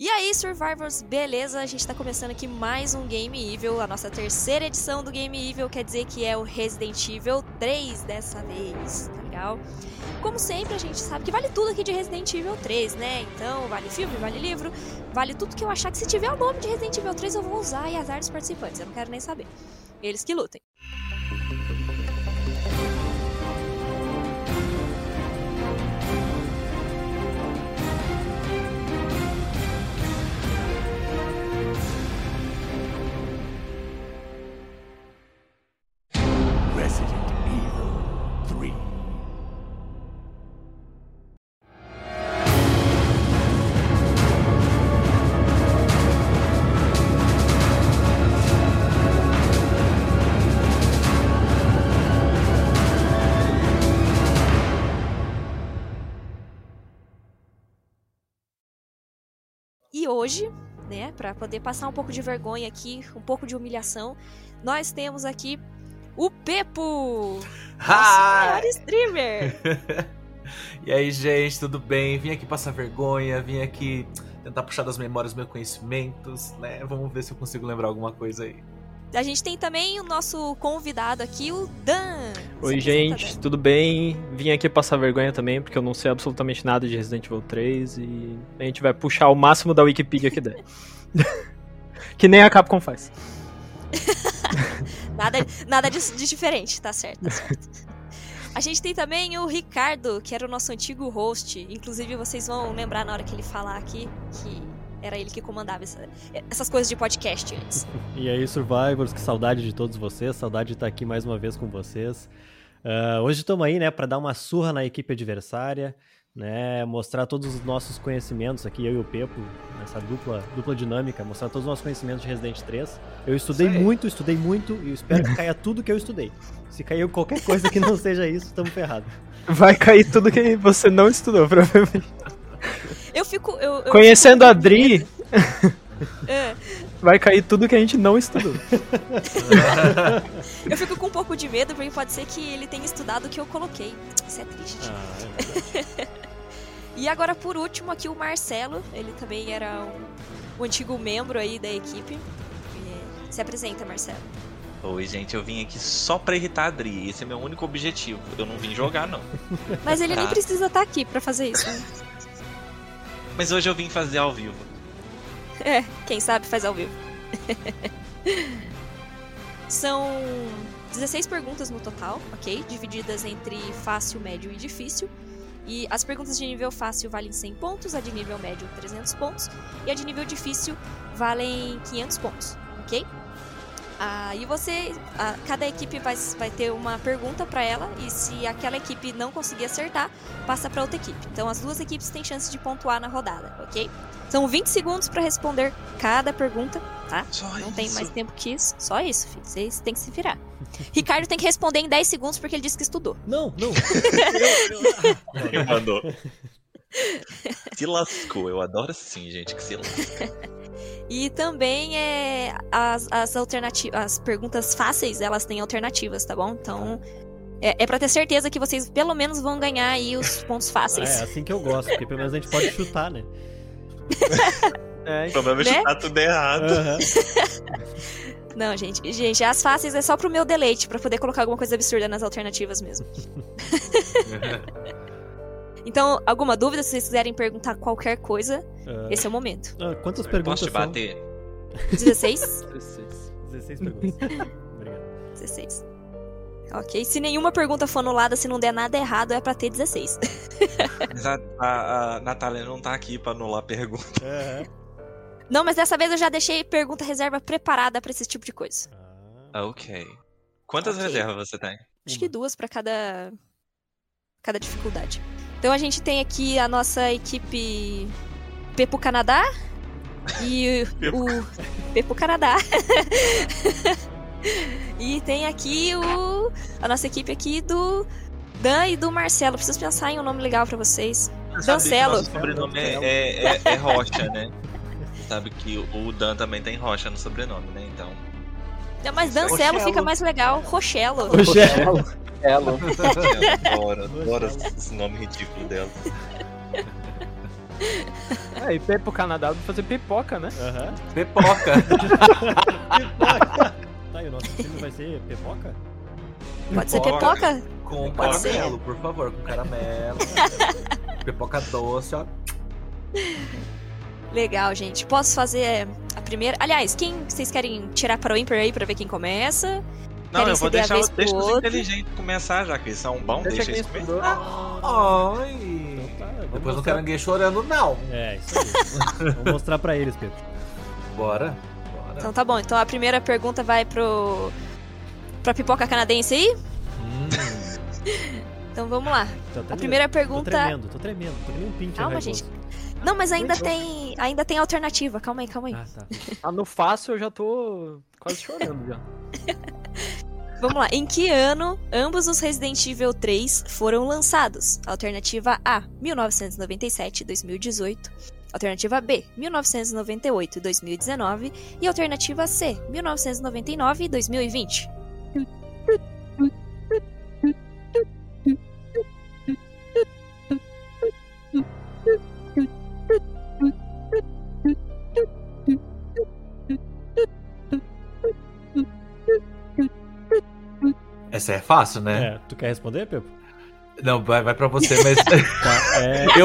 E aí, Survivors, beleza? A gente tá começando aqui mais um Game Evil, a nossa terceira edição do Game Evil, quer dizer que é o Resident Evil 3 dessa vez, tá legal? Como sempre, a gente sabe que vale tudo aqui de Resident Evil 3, né? Então, vale filme, vale livro, vale tudo que eu achar que se tiver o nome de Resident Evil 3 eu vou usar e azar dos participantes, eu não quero nem saber. Eles que lutem. Resident Evil 3. E hoje, né, pra poder passar um pouco de vergonha aqui, um pouco de humilhação, nós temos aqui o Pepo, nosso maior streamer. E aí, gente, tudo bem? Vim aqui passar vergonha, vim aqui tentar puxar das memórias meus conhecimentos, né? Vamos ver se eu consigo lembrar alguma coisa aí. A gente tem também o nosso convidado aqui, o Dan. Oi, gente, tudo bem? Vim aqui passar vergonha também, porque eu não sei absolutamente nada de Resident Evil 3 e a gente vai puxar o máximo da Wikipedia que der. Que nem a Capcom faz. Nada de diferente, tá certo, tá certo. A gente tem também o Ricardo, que era o nosso antigo host. Inclusive, vocês vão lembrar na hora que ele falar aqui que era ele que comandava essas coisas de podcast antes. E aí, Survivors, que saudade de todos vocês, saudade de estar aqui mais uma vez com vocês. Hoje estamos aí, né, para dar uma surra na equipe adversária, né, mostrar todos os nossos conhecimentos aqui, eu e o Pepo, nessa dupla dinâmica, mostrar todos os nossos conhecimentos de Resident 3. Eu estudei muito e eu espero que caia tudo que eu estudei. Se cair qualquer coisa que não seja isso, estamos ferrados. Vai cair tudo que você não estudou, provavelmente. Eu fico Conhecendo a Dri, vai cair tudo que a gente não estudou. Eu fico com um pouco de medo, porque pode ser que ele tenha estudado o que eu coloquei. Isso é triste. E agora, por último, aqui o Marcelo. Ele também era um antigo membro aí da equipe. Se apresenta, Marcelo. Oi, gente, eu vim aqui só pra irritar a Adri. Esse é meu único objetivo. Eu não vim jogar, não. Mas ele nem precisa estar aqui pra fazer isso, né? Mas hoje eu vim fazer ao vivo. Quem sabe faz ao vivo. São 16 perguntas no total, ok? Divididas entre fácil, médio e difícil. E as perguntas de nível fácil valem 100 pontos, a de nível médio 300 pontos e a de nível difícil valem 500 pontos, ok? E cada equipe vai ter uma pergunta pra ela, e se aquela equipe não conseguir acertar, passa pra outra equipe. Então as duas equipes têm chance de pontuar na rodada, ok? São 20 segundos pra responder cada pergunta, tá? Não tem mais tempo que isso. Só isso, filho. Vocês têm que se virar. Ricardo tem que responder em 10 segundos porque ele disse que estudou. Não. Ele mandou. Se lascou. Eu adoro assim, gente, que se lasca. E também as alternativas, as perguntas fáceis, elas têm alternativas, tá bom? Então é pra ter certeza que vocês pelo menos vão ganhar aí os pontos fáceis. É assim que eu gosto, porque pelo menos a gente pode chutar, né? O problema é chutar tudo errado. Não, gente, as fáceis é só pro meu deleite, pra poder colocar alguma coisa absurda nas alternativas mesmo. Então, alguma dúvida? Se vocês quiserem perguntar qualquer coisa, esse é o momento. Quantas perguntas Posso te bater? 16? 16 perguntas. Obrigado. 16. Ok, se nenhuma pergunta for anulada, se não der nada errado, é pra ter 16. Mas a Natália não tá aqui pra anular a pergunta. Não, mas dessa vez eu já deixei pergunta reserva preparada pra esse tipo de coisa. Ok. Quantas reservas você tem? Acho que 2 pra cada dificuldade. Então a gente tem aqui a nossa equipe Pepo Canadá e o Pepo Canadá. E tem aqui a nossa equipe aqui do Dan e do Marcelo. Preciso pensar em um nome legal pra vocês. Dancelo. Nosso sobrenome é Rocha, né? Sabe que o Dan também tem Rocha no sobrenome, né? Então. Não, mas Dancelo fica mais legal. Rochelo. Adoro esse nome ridículo dela. É, e pra ir pro Canadá, vou fazer pipoca, né? Aham. Pipoca. Pipoca. Tá, e o nosso time vai ser pipoca? Pode ser pipoca? Com Pode ser. caramelo, por favor, com caramelo. Pipoca doce, ó. Legal, gente. Posso fazer a primeira? Aliás, quem vocês querem tirar para o ímpar aí pra ver quem começa? Não, Querem eu vou ceder a deixar vez pro deixa os outro? inteligentes começar, já que eles são bons, deixa quem eles estudou. começar. Ai. Então tá, vamos Depois não mostrar. quero ninguém chorando, não. É, isso aí. Vamos mostrar pra eles, Pedro. Bora. Então tá bom. Então a primeira pergunta vai pra pipoca canadense aí? Então vamos lá. A primeira pergunta... Tô tremendo. Tô que nem um pincher Calma, nervoso. gente. Não, mas ainda tem alternativa. Calma aí. Ah, tá. Ah, no fácil eu já tô quase chorando já. Vamos lá. Em que ano ambos os Resident Evil 3 foram lançados? Alternativa A, 1997 e 2018. Alternativa B, 1998 e 2019. E alternativa C, 1999 e 2020. Essa é fácil, né? É, tu quer responder, Pepo? Não, vai pra você, mas. Tá,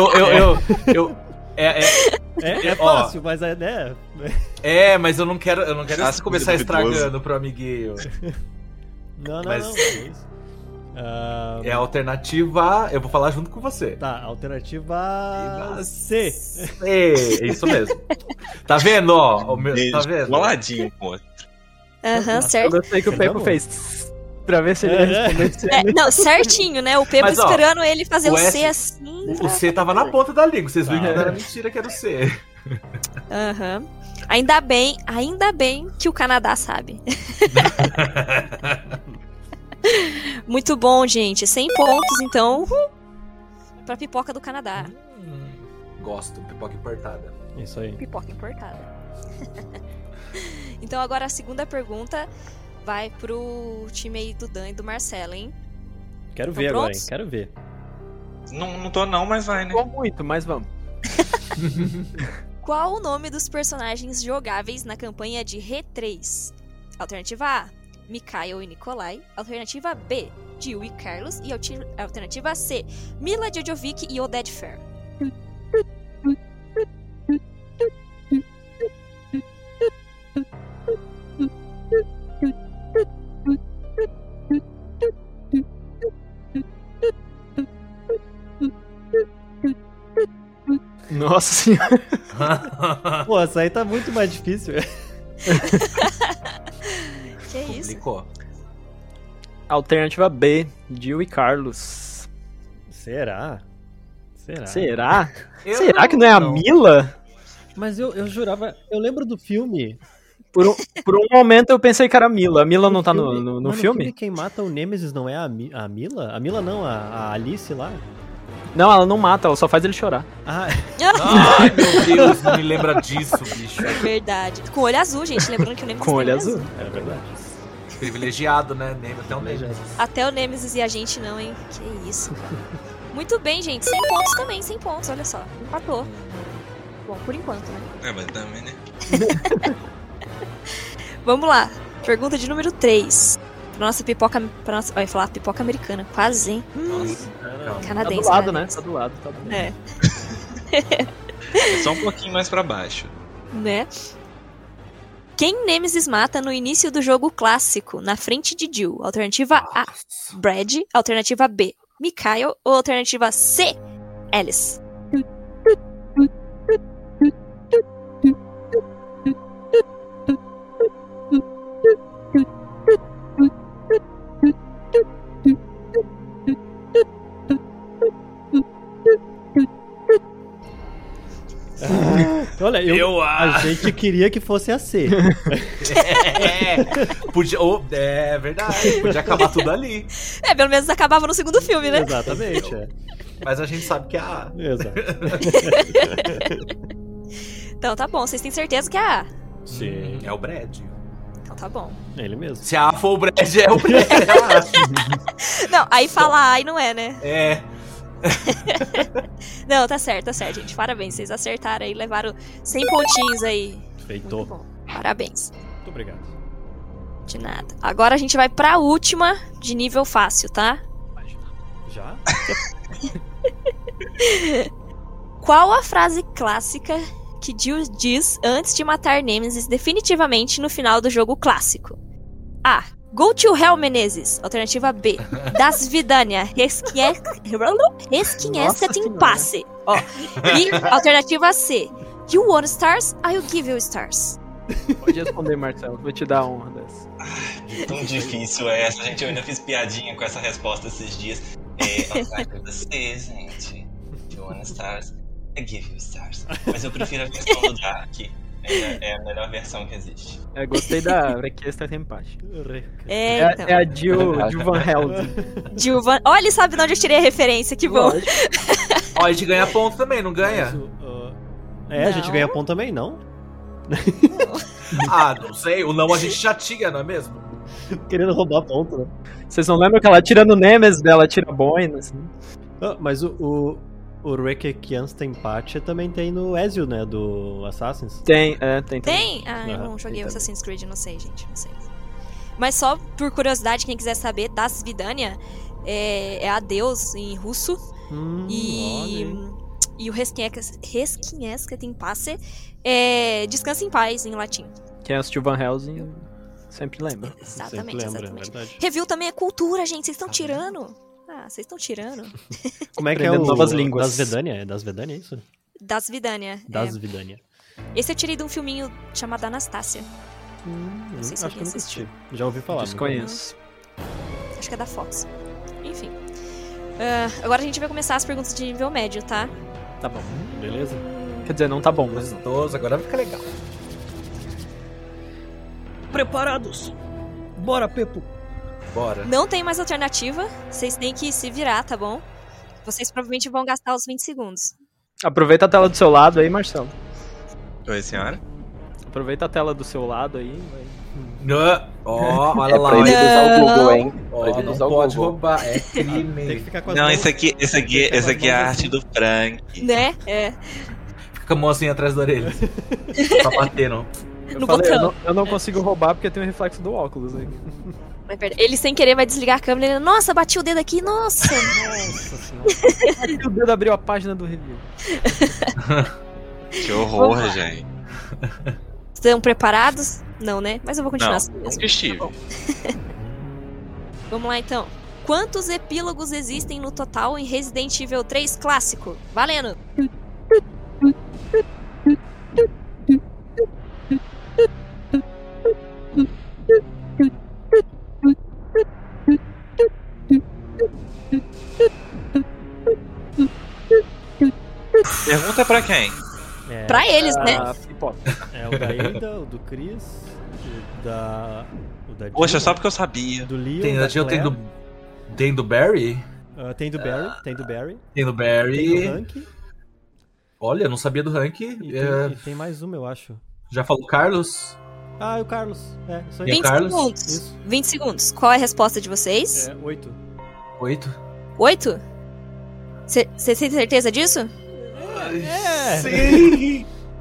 É, é fácil, mas é, né? mas eu não quero Ah, isso começar duvidoso. estragando pro amiguinho. Não, Mas- não. É isso. Ah, É a alternativa. Eu vou falar junto com você. Tá, alternativa C. É isso mesmo. Tá vendo, ó? Tá vendo? Coladinho, pô. Aham, Eu certo. gostei que o Pepo Vamos. fez. Pra ver se ele ia responder. Se É, não, certinho, né? O Pepo Mas, ó, esperando ele fazer o o C S- assim. O C tava na ponta da língua. Vocês viram Tá. que não era mentira que era o C. Aham. Ainda bem que o Canadá sabe. Muito bom, gente. 100 pontos, então, pra pipoca do Canadá. Gosto, pipoca importada. Isso aí. Pipoca importada. Então agora a segunda pergunta vai pro time aí do Dan e do Marcelo, hein? Quero Tão ver agora, prontos? hein? Quero ver. Não tô não, mas vai, né? Não muito, mas vamos. Qual o nome dos personagens jogáveis na campanha de Re3? Alternativa A, Mikhail e Nikolai. Alternativa B, Jill e Carlos. E alternativa C, Mila Jovovich e Oded Fair. Nossa senhora. Pô, essa aí tá muito mais difícil. Que isso? Complicou. Alternativa B, Jill e Carlos. Será? Será? Eu Será que não é a Mila? Mas eu jurava... Eu lembro do filme. Por um momento eu pensei que era a Mila. A Mila não tá no Mas filme? quem mata o Nemesis não é a Mila? A Mila não, a Alice lá? Não, ela não mata, ela só faz ele chorar. Ah, Ai, meu Deus, não me lembra disso, bicho. É verdade. Com olho azul, gente. Lembrando que o Nemesis Com tem olho azul. é verdade. Privilegiado, né? Até o Nemesis. Até o Nemesis e a gente não, hein? Que isso. Muito bem, gente. 100 pontos também, 100 pontos, olha só. Empatou. Bom, por enquanto, né? É, mas também, né? Vamos lá. Pergunta de número 3. Pra nossa pipoca... Vai falar pipoca americana. Quase, hein? Nossa, calma. Tá Canadense. do lado, né? canadense. Tá do lado, tá do lado. É, É só um pouquinho mais pra baixo. né? Quem Nemesis mata no início do jogo clássico, na frente de Jill? Alternativa A, Brad. Alternativa B, Mikhail. Ou alternativa C, Alice? Olha, a acho. gente queria que fosse a C. É verdade. Podia acabar tudo ali. É, pelo menos acabava no segundo filme, né? Exatamente, é. Mas a gente sabe que é a. Exato. Então tá bom, vocês têm certeza que é a A? Sim. É o Brad. Então tá bom. É ele mesmo. Se a A for o Brad, é o Brad. Não, aí fala A e não é, né? É. Não, tá certo, gente. Parabéns, vocês acertaram aí, levaram 100 pontinhos aí. Feito. Muito bom. Parabéns. Muito obrigado. De nada. Agora a gente vai pra última de nível fácil, tá? Já? Qual a frase clássica que Jill diz antes de matar Nemesis definitivamente no final do jogo clássico? A. Go to hell, Menezes. Alternativa B. Das Vidania. Resquinhescat in passe. Ó. E alternativa C. You want stars? I'll give you stars. Pode responder, Marcelo. Vou te dar a honra dessa. Tão difícil é essa, gente. Eu ainda fiz piadinha com essa resposta esses dias. Alternativa C, gente. You want stars? I give you stars. Mas eu prefiro a versão do Dark. É a melhor versão que existe. Gostei da Requesta Tempate. Então. É a Jill Van Helsing. Jill Van... Olha, ele sabe de onde eu tirei a referência, que bom. Ó, a gente ganha ponto também, não ganha? A gente ganha ponto também, não? Ah, não sei. O não a gente já tinha, não é mesmo? Querendo roubar ponto, né? Vocês não lembram que ela tira no Nemesis dela, tira boina, assim? Mas o Requiem-Tempate também tem no Ezio, né? Do Assassin's. Tem. Tem? Ah, eu não joguei o Assassin's Creed, não sei, gente, não sei. Mas só por curiosidade, quem quiser saber, Das Vidania é a deus em russo. E o Resquinhescat in passe descansa em paz em latim. Quem assistiu Van Helsing sempre lembra. Exatamente, sempre lembra, exatamente. É verdade. Review também é cultura, gente, vocês estão tirando. Vocês estão tirando. Como é que é Aprendendo o novas línguas. Das Vidania? É Das Vidania, é isso? Das Vidania. Das Vidania. Esse eu tirei de um filminho chamado Anastácia. Não sei se acho que alguém eu nunca assistiu. assisti. Já ouvi falar. Desconheço. Acho que é da Fox. Enfim. Agora a gente vai começar as perguntas de nível médio, tá? Tá bom. Beleza? Quer dizer, não tá bom, mas não. Gostoso, agora vai ficar legal. Preparados! Bora, Pepo! Bora. Não tem mais alternativa. Vocês têm que se virar, tá bom? Vocês provavelmente vão gastar os 20 segundos. Aproveita a tela do seu lado aí, Marcelo. Oi, senhora? Aproveita a tela do seu lado aí. Ó, olha lá. Proibido usar o Google, hein? Ó, Proibido não usar o pode Google. roubar, é Tem que crime. ficar com as Não, mãos... esse aqui é a arte do Frank. Né? Fica com a mão assim atrás da orelha. Pra bater, não. Eu No falei, botão. eu não consigo roubar porque tem o reflexo do óculos aí. Ele sem querer vai desligar a câmera e ele, nossa, bati o dedo aqui, nossa. Nossa senhora. Aí o dedo abriu a página do review. Que horror, gente. Estão preparados? Não, né? Mas eu vou continuar Não, assim mesmo. nunca estive. Tá bom. Vamos lá, então. Quantos epílogos existem no total em Resident Evil 3 clássico? Valendo! Pergunta pra quem? Pra eles, né? Pipoca. É o da Ada, o do Chris, o da Poxa, Jill, só porque eu sabia. do Leon, Tem da da Jill, Claire. tem do Barry? Tem do Barry, tem do Barry, Tem do tem Barry. do Hank Olha, eu não sabia do Hank. e tem mais uma, eu acho. Já falou Carlos? Ah, e o Carlos. Isso aí. Tem 20 Carlos? segundos. Isso. 20 segundos. Qual é a resposta de vocês? 8. 8? 8? Você tem certeza disso? Sim!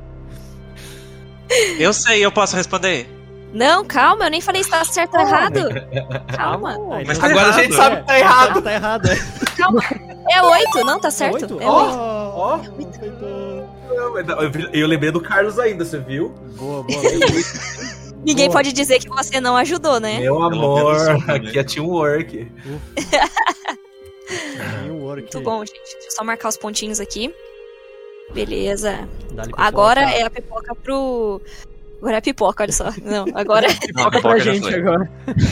Eu sei, eu posso responder? Não, calma, eu nem falei se tá certo ou errado. Calma. Mas então agora a gente sabe que tá errado. Tá errado, é. Calma. É 8, não, tá certo? 8? É 8. Ó. Eu lembrei do Carlos ainda, você viu? Boa. Ninguém Boa. pode dizer que você não ajudou, né? Meu amor, aqui é teamwork. Muito bom, gente. Deixa eu só marcar os pontinhos aqui. Beleza. Dá-lhe pipoca. Agora é a pipoca pro... Agora é a pipoca, olha só. Não, agora... Pipoca pra gente agora.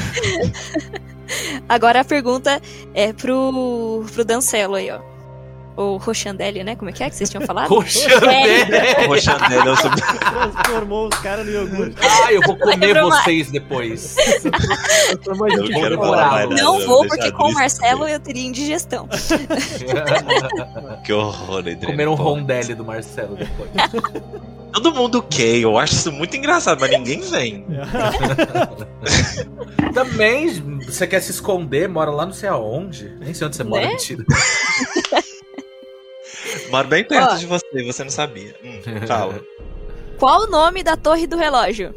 Agora a pergunta é pro Dancelo aí, ó. Ou Rochandelli, né? Como é que vocês tinham falado? Rochandelli! Rochandelli, eu sou... Transformou os caras no iogurte. Ah, eu vou comer Lembra mais? vocês depois. Eu quero falar mais nada, Não eu vou, vou porque deixar com o isso Marcelo também. eu teria indigestão. Que horror, Adriano. Comer um rondelli do Marcelo depois. Todo mundo quer, eu acho isso muito engraçado, mas ninguém vem. Também, você quer se esconder, mora lá não sei aonde. Nem sei onde você mora, Né? mentira. Moro bem perto de você não sabia. Fala. Qual o nome da torre do relógio?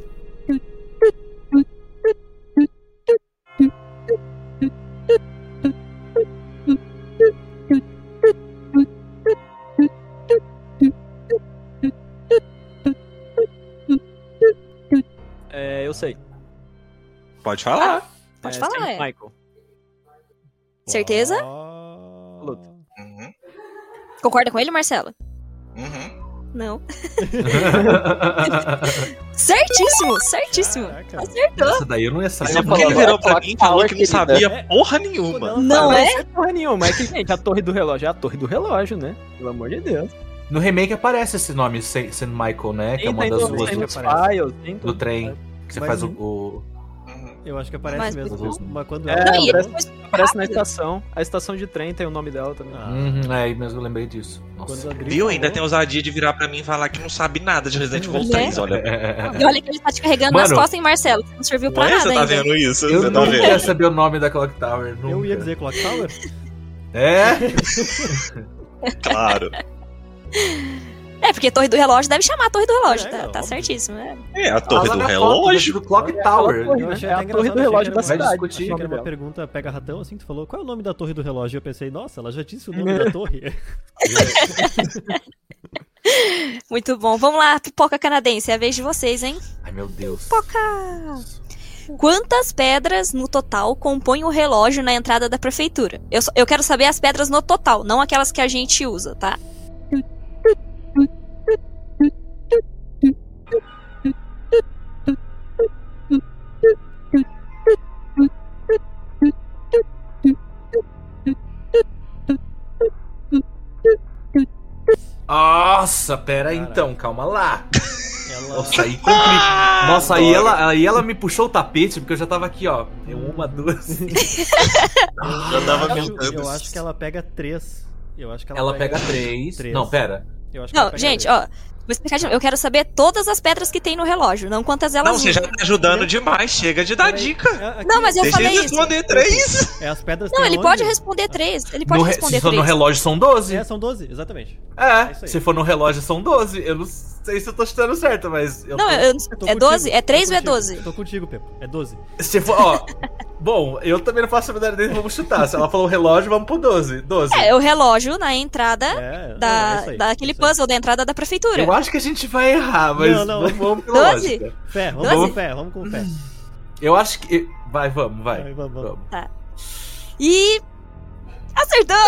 Eu sei. Pode falar. Pode falar, Saint é. Michael. Certeza? Luta. Uhum. Concorda com ele, Marcelo? Uhum. Não. Certíssimo. Caraca. Acertou. Essa daí eu não ia Isso saber. é porque ele virou pra mim e falou que não sabia porra nenhuma. Não Não é? é porra nenhuma. É que, gente, a torre do relógio é a torre do relógio, né? Pelo amor de Deus. No remake aparece esse nome, St. Michael, né? Que é uma das ruas tem do, nos files, tem do tudo. trem. Que você Mas faz não- o... Eu acho que aparece Mas- mesmo. Mas quando É, Não, e ele aparece, foi aparece na rápido. estação. A estação de trem tem o nome dela também. Aí mesmo eu lembrei disso. Nossa. Quando a Adri Viu? falou- Ainda tem ousadia de virar pra mim e falar que não sabe nada de Resident Evil Né? 3, olha. E olha que ele tá te carregando nas Mano, costas, hein, Marcelo? Não serviu pra Não é? nada Você tá ainda. vendo isso? Eu Você tá nunca vendo? ia saber o nome da Clock Tower. Nunca. Eu ia dizer Clock Tower? É? Claro. É, porque Torre do Relógio deve chamar Torre do Relógio, É, tá óbvio. certíssimo. É. É, a torre Fala do na foto relógio. do Clock Tower. torre, Eu né? achei É até a torre do engraçado, relógio da achei que Vai cidade. discutir. Achei que era uma Nome dela. pergunta pega ratão, assim, tu falou, qual é o nome da torre do relógio? Eu pensei, nossa, ela já disse o nome da torre. Muito bom. Vamos lá, pipoca canadense. É a vez de vocês, hein? Ai, meu Deus. Pipoca! Quantas pedras no total compõem o relógio na entrada da prefeitura? Eu quero saber as pedras no total, não aquelas que a gente usa, tá? Nossa, pera aí Cara. então, calma lá. Ela... Nossa, aí complica. Nossa, aí ela me puxou o tapete, porque eu já tava aqui, ó. Uma, duas. Eu tava pensando. Eu acho que ela pega 3. Eu acho que Ela pega três. três. Não, pera. Eu acho que ela Não, pega gente, três. ó. Vou explicar de novo. Eu quero saber todas as pedras que tem no relógio, não quantas elas Não, você já usam. tá ajudando demais. Chega de dar dica. É, aqui- Não, mas eu Deixa falei ele isso. responder 3. É as pedras Não, tem ele onde? pode responder 3. Ele pode responder Se for 3. no relógio são 12. É, são 12, exatamente. É, isso aí. se for no relógio são 12. Eu não sei se eu tô chutando certo, mas. Não, tô... eu, Tô é 12? contigo, É 3 tô ou é contigo, 12? Tô contigo, Pepo. É 12. Se for, ó. Bom, eu também não faço a menor ideia, vamos chutar. Se ela falou relógio, vamos pro 12. 12. É, o relógio na entrada É, não, da, é isso aí, daquele isso aí. puzzle da entrada da prefeitura. Eu acho que a gente vai errar, mas Não. vamos pela 12? lógica. Fé, vamos 12? com fé, vamos com fé. Eu acho que. Vai. Vamos. E. Acertou!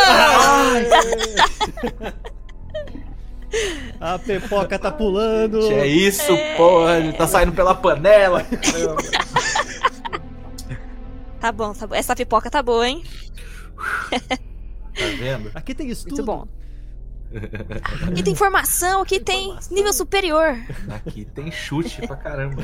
A Pepoca tá pulando. É isso, porra. Ele tá saindo pela panela. Tá bom. Essa pipoca tá boa, hein? Tá vendo? Aqui tem estudo. Muito bom. Aqui tem informação, aqui tem nível superior. Aqui tem chute pra caramba.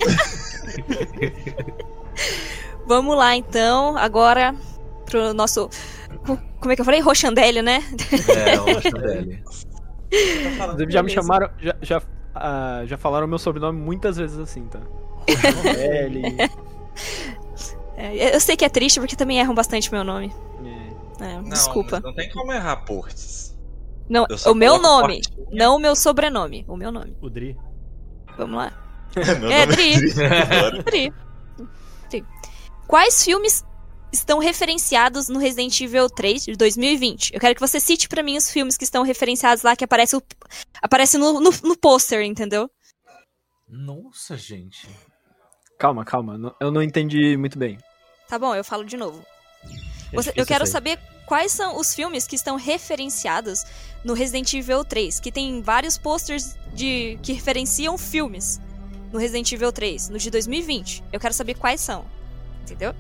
Vamos lá, então, agora pro nosso... Como é que eu falei? Rochandelli, né? É, o Chandelle. Inclusive, já me chamaram. Já falaram meu sobrenome muitas vezes assim, tá? Ele. É, eu sei que é triste, porque também erram bastante meu nome. É, desculpa. Não tem como errar Portes. Não, Eu só o meu coloco nome, fortinho. não o meu sobrenome. O meu nome. O Dri. Vamos lá. Meu É, nome Dri. Dri. Quais filmes estão referenciados no Resident Evil 3 de 2020? Eu quero que você cite pra mim os filmes que estão referenciados lá, que aparece no pôster, entendeu? Nossa, gente. Calma. Eu não entendi muito bem. Tá bom, eu falo de novo. É Eu difícil quero isso aí. saber quais são os filmes que estão referenciados no Resident Evil 3, que tem vários posters que referenciam filmes no Resident Evil 3, no de 2020. Eu quero saber quais são. Entendeu?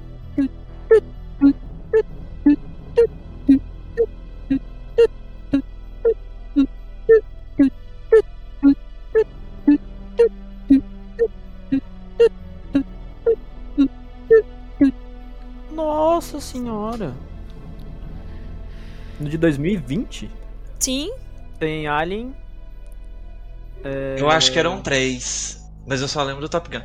Nossa senhora. No de 2020 Sim. tem Alien. Eu acho que eram 3. Mas eu só lembro do Top Gun.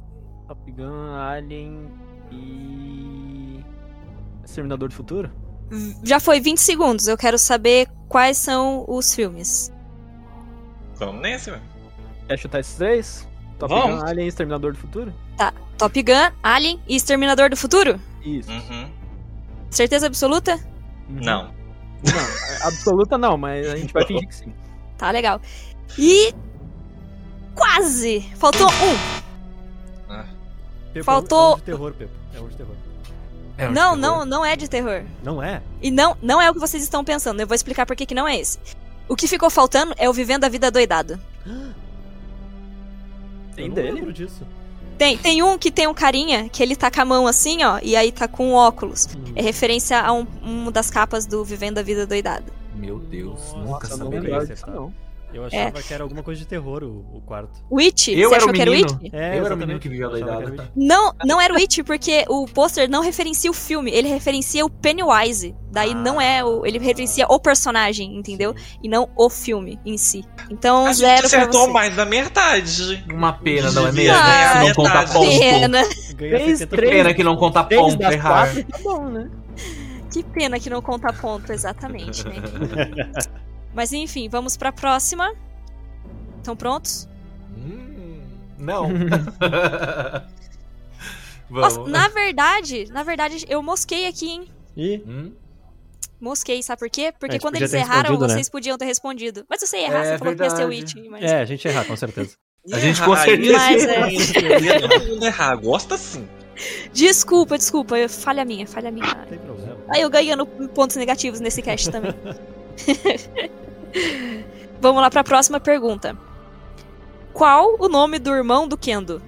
Top Gun, Alien e. Exterminador do Futuro? Já foi 20 segundos. Eu quero saber quais são os filmes. Vamos nesse, mano. Quer chutar esses 3? Top Vamos. Gun, Alien e Exterminador do Futuro? Tá. Top Gun, Alien e Exterminador do Futuro? Isso. Uhum. Certeza absoluta? Não. Não, absoluta não, mas a gente vai fingir que sim. Tá, legal. E... quase! Faltou um. Pepo, Faltou- É um de terror, Pepo. É um de terror. É um Não, terror. não é de terror. Não é? E não é o que vocês estão pensando. Eu vou explicar por que não é esse. O que ficou faltando é o Vivendo a Vida Doidado. Tem Eu não dele? lembro disso. Tem um que tem um carinha que ele tá com a mão assim, ó, e aí tá com óculos. É referência a uma das capas do Vivendo a Vida Doidado. Meu Deus, Nossa, nunca eu não saberia. lembrava esse, disso, tá? não. Eu achava que era alguma coisa de terror o quarto. O It? Eu Você era achou o que era o menino. It? É, Eu era o menino exatamente. que vivia Eu achava doidado. que era o Não era o It, porque o pôster não referencia o filme, ele referencia o Pennywise. Daí não é o... Ele referencia o personagem, entendeu? E não o filme em si. Então, A gente zero pra acertou você. mais da metade. Uma pena, não é Devia mesmo? ganhar Se não conta metade. ponto. Pena. Ganha Três, 70 três. Pena que não conta 3 ponto, das errar. 4 tá bom, né? Que pena que não conta ponto, exatamente, né? Mas enfim, vamos pra próxima. Estão prontos? Não. Nossa, Vamos. na verdade, eu mosquei aqui, hein? E Mosquei, sabe por quê? Porque A gente quando podia eles ter erraram, respondido, né? vocês podiam ter respondido. Mas se você errar, É você falou que ia ser o verdade. It. Mas... a gente ia errar, com certeza. A gente com Aí, certeza Mas ia é. todo mundo errar. Gosta sim. Desculpa. Falha minha. Não tem problema. Aí eu ganhando pontos negativos nesse cast também. Vamos lá pra próxima pergunta. Qual o nome do irmão do Kendo?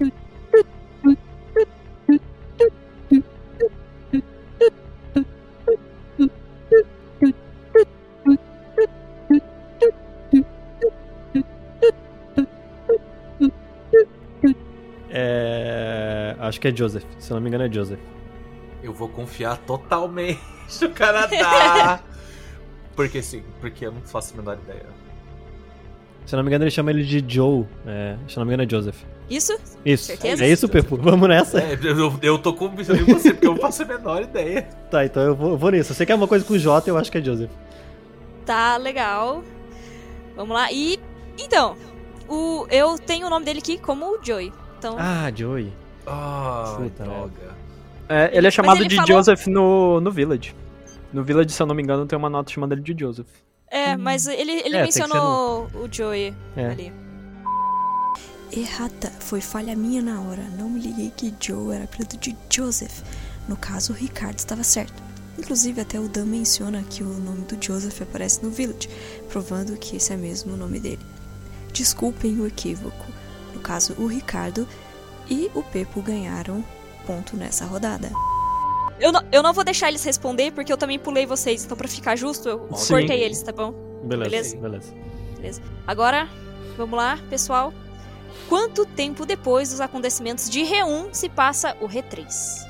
Acho que é Joseph. Se eu não me engano, é Joseph. Eu vou confiar totalmente no Canadá. Porque sim, porque eu não faço a menor ideia. Se eu não me engano, ele chama ele de Joe. Se eu não me engano, é Joseph. Isso? Isso. Certeza? É isso, Pepo. Vamos nessa. Eu tô convencido em você, porque eu não faço a menor ideia. Tá, então eu vou nisso. Eu sei que é uma coisa com J, eu acho que é Joseph. Tá, legal. Vamos lá. E, então, eu tenho o nome dele aqui como Joey. Então, Ah, Joey. Ah, Puta droga. Ele é chamado ele de falou- Joseph no Village. No Village, se eu não me engano, tem uma nota chamando ele de Joseph. mas ele tem que mencionou o Joey É. ali. Errata, foi falha minha na hora. Não me liguei que Joe era apelido de Joseph. No caso, o Ricardo estava certo. Inclusive, até o Dan menciona que o nome do Joseph aparece no Village, provando que esse é mesmo o nome dele. Desculpem o equívoco. No caso, o Ricardo e o Pepo ganharam ponto nessa rodada. Eu não vou deixar eles responder, porque eu também pulei vocês. Então, pra ficar justo, eu Sim. cortei eles, tá bom? Beleza. Beleza. Agora, vamos lá, pessoal. Quanto tempo depois dos acontecimentos de Re1 se passa o Re3?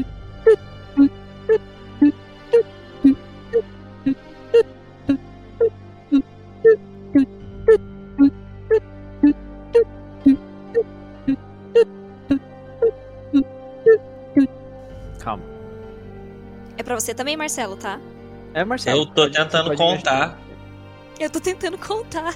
Calma. É pra você também, Marcelo, tá? É, Marcelo. Eu tô pode- tentando pode contar. Eu tô tentando contar.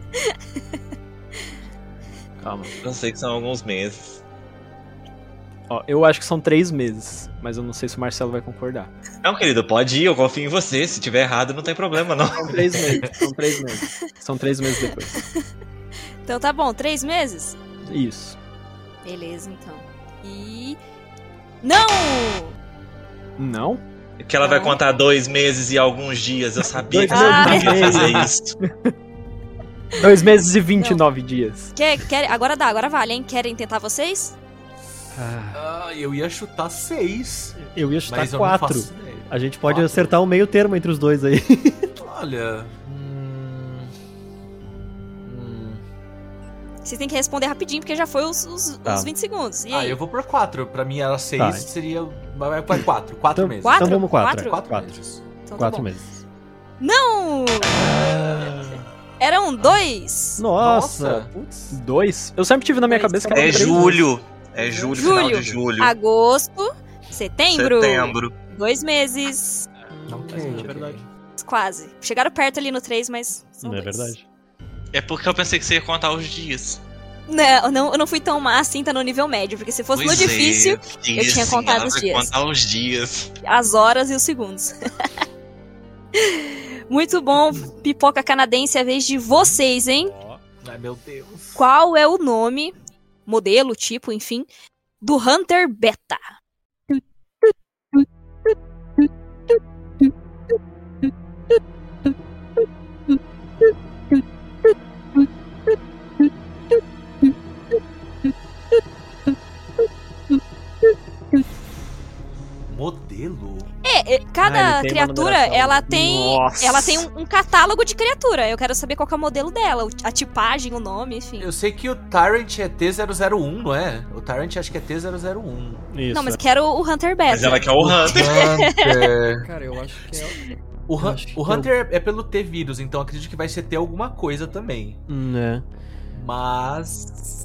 Calma. Eu sei que são alguns meses. Ó, eu acho que são 3 meses, mas eu não sei se o Marcelo vai concordar. Não, querido, pode ir, eu confio em você. Se tiver errado, não tem problema, não. São 3 meses, são 3 meses. São 3 meses depois. Então tá bom, 3 meses? Isso. Beleza, então. E... Não! Não? Que ela vai Não. contar 2 meses e alguns dias. Eu sabia que você Ah, não ia é. fazer isso. 2 meses e 29 dias. Agora dá, agora vale, hein? Querem tentar vocês? Eu ia chutar 6. Eu ia chutar Mas eu não 4. faço ideia. A gente pode 4? acertar um meio termo entre os dois aí. Olha. Vocês têm que responder rapidinho, porque já foi os Tá. 20 segundos. E aí? Eu vou por 4. Pra mim era 6, Tá. seria. Vai por 4. 4 Então- meses. Quatro? Então vamos 4. Quatro? 4 Quatro. meses. Então tá 4 bom. meses. Não! Eram 2. Nossa! Nossa. Putz. 2? Eu sempre tive na minha Dois. cabeça que era É 3 julho. É julho, final Julho. de julho. Agosto, setembro. Setembro. 2 meses. Ok, É verdade. Quase. Chegaram perto ali no 3, mas são Não é dois. verdade. É porque eu pensei que você ia contar os dias. Não, eu não fui tão má assim, tá no nível médio, porque se fosse no difícil, eu tinha contado os dias. Contar os dias. As horas e os segundos. Muito bom, pipoca canadense, é a vez de vocês, hein? Ai, meu Deus. Qual é o nome, modelo, tipo, enfim, do Hunter Beta? Modelo? Cada ele tem uma criatura, numeração. ela tem um catálogo de criatura. Eu quero saber qual que é o modelo dela, a tipagem, o nome, enfim. Eu sei que o Tyrant é T001, não é? O Tyrant acho que é T001. Isso. Não, mas eu quero o Hunter Beta. Mas ela quer o Hunter. Hunter. Cara, eu acho que é... O acho que Hunter é pelo T-Vírus, então acredito que vai ser T alguma coisa também. Né. Mas...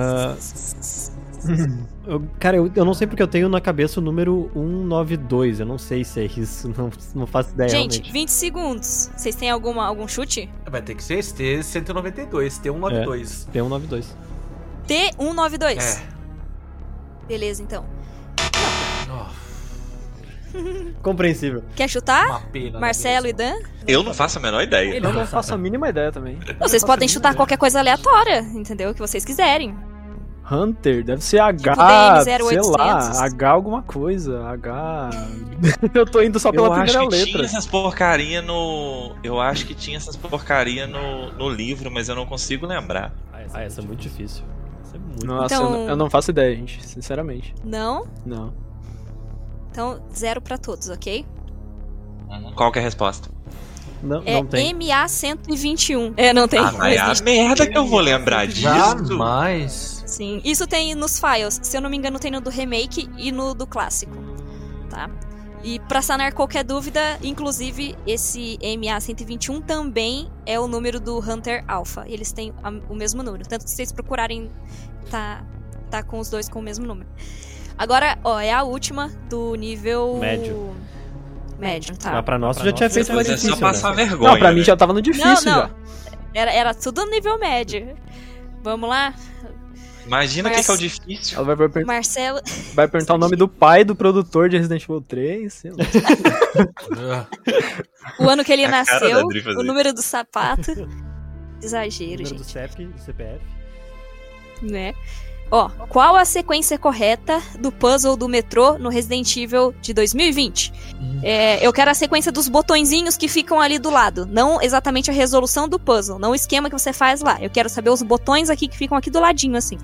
Cara, eu não sei porque eu tenho na cabeça o número 192. Eu não sei se é isso. Não faço ideia, Gente, realmente. 20 segundos. Vocês têm algum chute? Vai ter que ser esse T192, T192. P192. T192. É. Beleza, então. Oh, Compreensível. Quer chutar? uma pena. Marcelo e Dan? Eu não faço a menor ideia. Eu não faço a mínima ideia também. Vocês podem chutar qualquer coisa aleatória, entendeu? Que vocês quiserem. Hunter, deve ser H, DM sei 0800. lá, H alguma coisa, H... Eu tô indo só pela Eu acho primeira que letra. tinha essas porcaria no... Eu acho que tinha essas porcaria no livro, mas eu não consigo lembrar. Essa é muito difícil. Essa é muito Nossa, Então- eu não faço ideia, gente, sinceramente. Não? Não. Então, 0 pra todos, ok? Qual que é a resposta? Não, É não tem. MA121. Não tem. Ah, não mas é a existe. merda que eu vou lembrar disso. Jamais. Sim, isso tem nos files. Se eu não me engano, tem no do remake e no do clássico. Tá? E pra sanar qualquer dúvida, inclusive esse MA121 também é o número do Hunter Alpha. Eles têm o mesmo número. Tanto que se vocês procurarem, tá com os dois com o mesmo número. Agora, ó, é a última do nível... Médio. Médio, tá. Mas pra nós já tinha feito mais Mas é difícil, só passar né? vergonha. Não, pra mim né? já tava no difícil Não, já. Era tudo no nível médio. Vamos lá? Imagina o Mas- que é o difícil. Ela vai Marcelo... perguntar o nome do pai do produtor de Resident Evil 3, sei lá. O ano que ele A cara da nasceu, Dri fazer o isso. número do sapato. Exagero, Número do gente. CEP, do CPF. Né? Ó, qual a sequência correta do puzzle do metrô no Resident Evil de 2020? Eu quero a sequência dos botõezinhos que ficam ali do lado. Não exatamente a resolução do puzzle. Não o esquema que você faz lá. Eu quero saber os botões aqui que ficam aqui do ladinho, assim.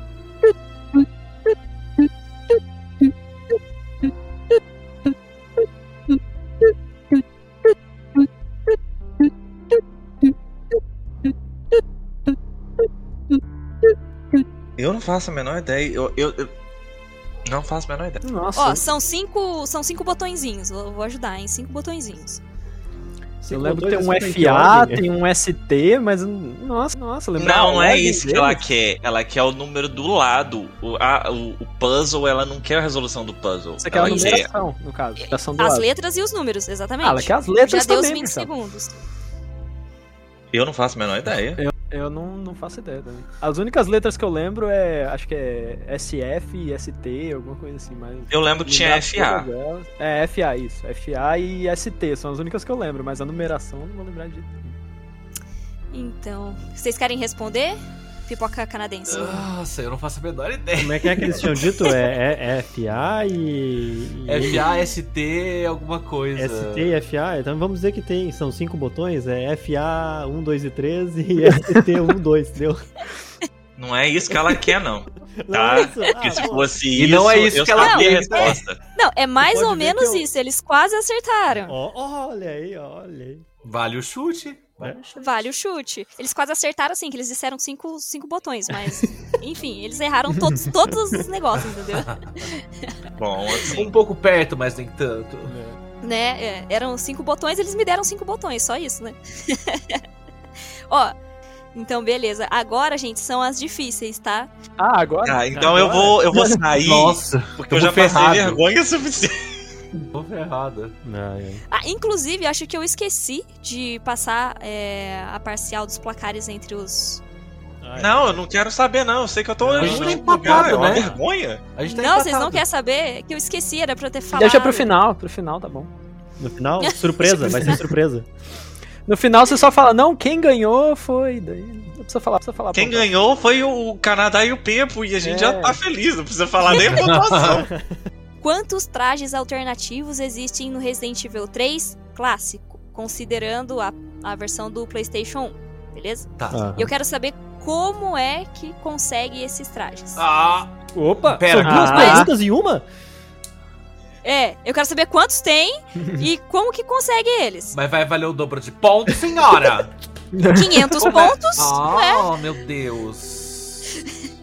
Eu não faço a menor ideia. Eu não faço a menor ideia. Nossa, Ó, são cinco botõezinhos. Eu vou ajudar, hein? 5 botõezinhos. eu lembro que tem um Botões assim, FA, tem tem um ST, mas... Nossa, lembro. Não é isso que ela quer. Ela quer o número do lado. O puzzle, ela não quer a resolução do puzzle. Você quer a Ela numeração, no caso. Numeração do As lado. letras e os números, exatamente. Ah, ela quer as letras Já deu os também, 20 Marcelo. segundos. Eu não faço a menor ideia. Eu não faço ideia também. As únicas letras que eu lembro acho que é SF e ST, alguma coisa assim, mas... Eu lembro que tinha FA. É, FA, isso. FA e ST, são as únicas que eu lembro, mas a numeração eu não vou lembrar de... Então, vocês querem responder? Pipoca canadense. Nossa, eu não faço a menor ideia. Como é que eles tinham dito? É FA e... FA, ST, alguma coisa. ST e FA? Então vamos dizer que são 5 botões. É FA 1, 2 e 3 e ST 1, 2, entendeu? Não é isso que ela quer, não. Não Tá? é isso? Porque se pô. fosse E isso, não é isso eu que ela sabia a quer. resposta. Não, é mais Pode ou ver menos que eu- isso. Eles quase acertaram. Olha aí. Vale o chute. Vale o chute. Eles quase acertaram, assim, que eles disseram cinco botões, mas... Enfim, eles erraram todos os negócios, entendeu? Bom, assim. Um pouco perto, mas nem tanto. Né? Eram 5 botões, eles me deram 5 botões, só isso, né? Ó, então beleza. Agora, gente, são as difíceis, tá? Ah, agora? Ah, então eu vou sair. Nossa, Porque eu tô já passei ferrado. vergonha suficiente. Tô ferrado. Inclusive, acho que eu esqueci de passar a parcial dos placares entre os... Não, eu não quero saber, não. Eu sei que eu tô A gente tá em lugar, empatado, é uma né? vergonha. A gente tá Não, vocês não empatado. querem saber? Que eu esqueci, era pra eu ter falado. Deixa pro final tá bom. No final, surpresa, vai ser surpresa. No final você só fala, não, quem ganhou foi. Daí não precisa falar. Quem ganhou foi o Canadá e o Pepo, e a gente já tá feliz, não precisa falar nem a pontuação. Quantos trajes alternativos existem no Resident Evil 3 clássico, considerando a versão do PlayStation 1, beleza? Tá. E eu quero saber como é que consegue esses trajes. Opa, Pera, são duas cara. perguntas em uma? Eu quero saber quantos tem e como que consegue eles. Mas vai valer o dobro de pontos, senhora! 500 pontos, né? Oh, meu Deus.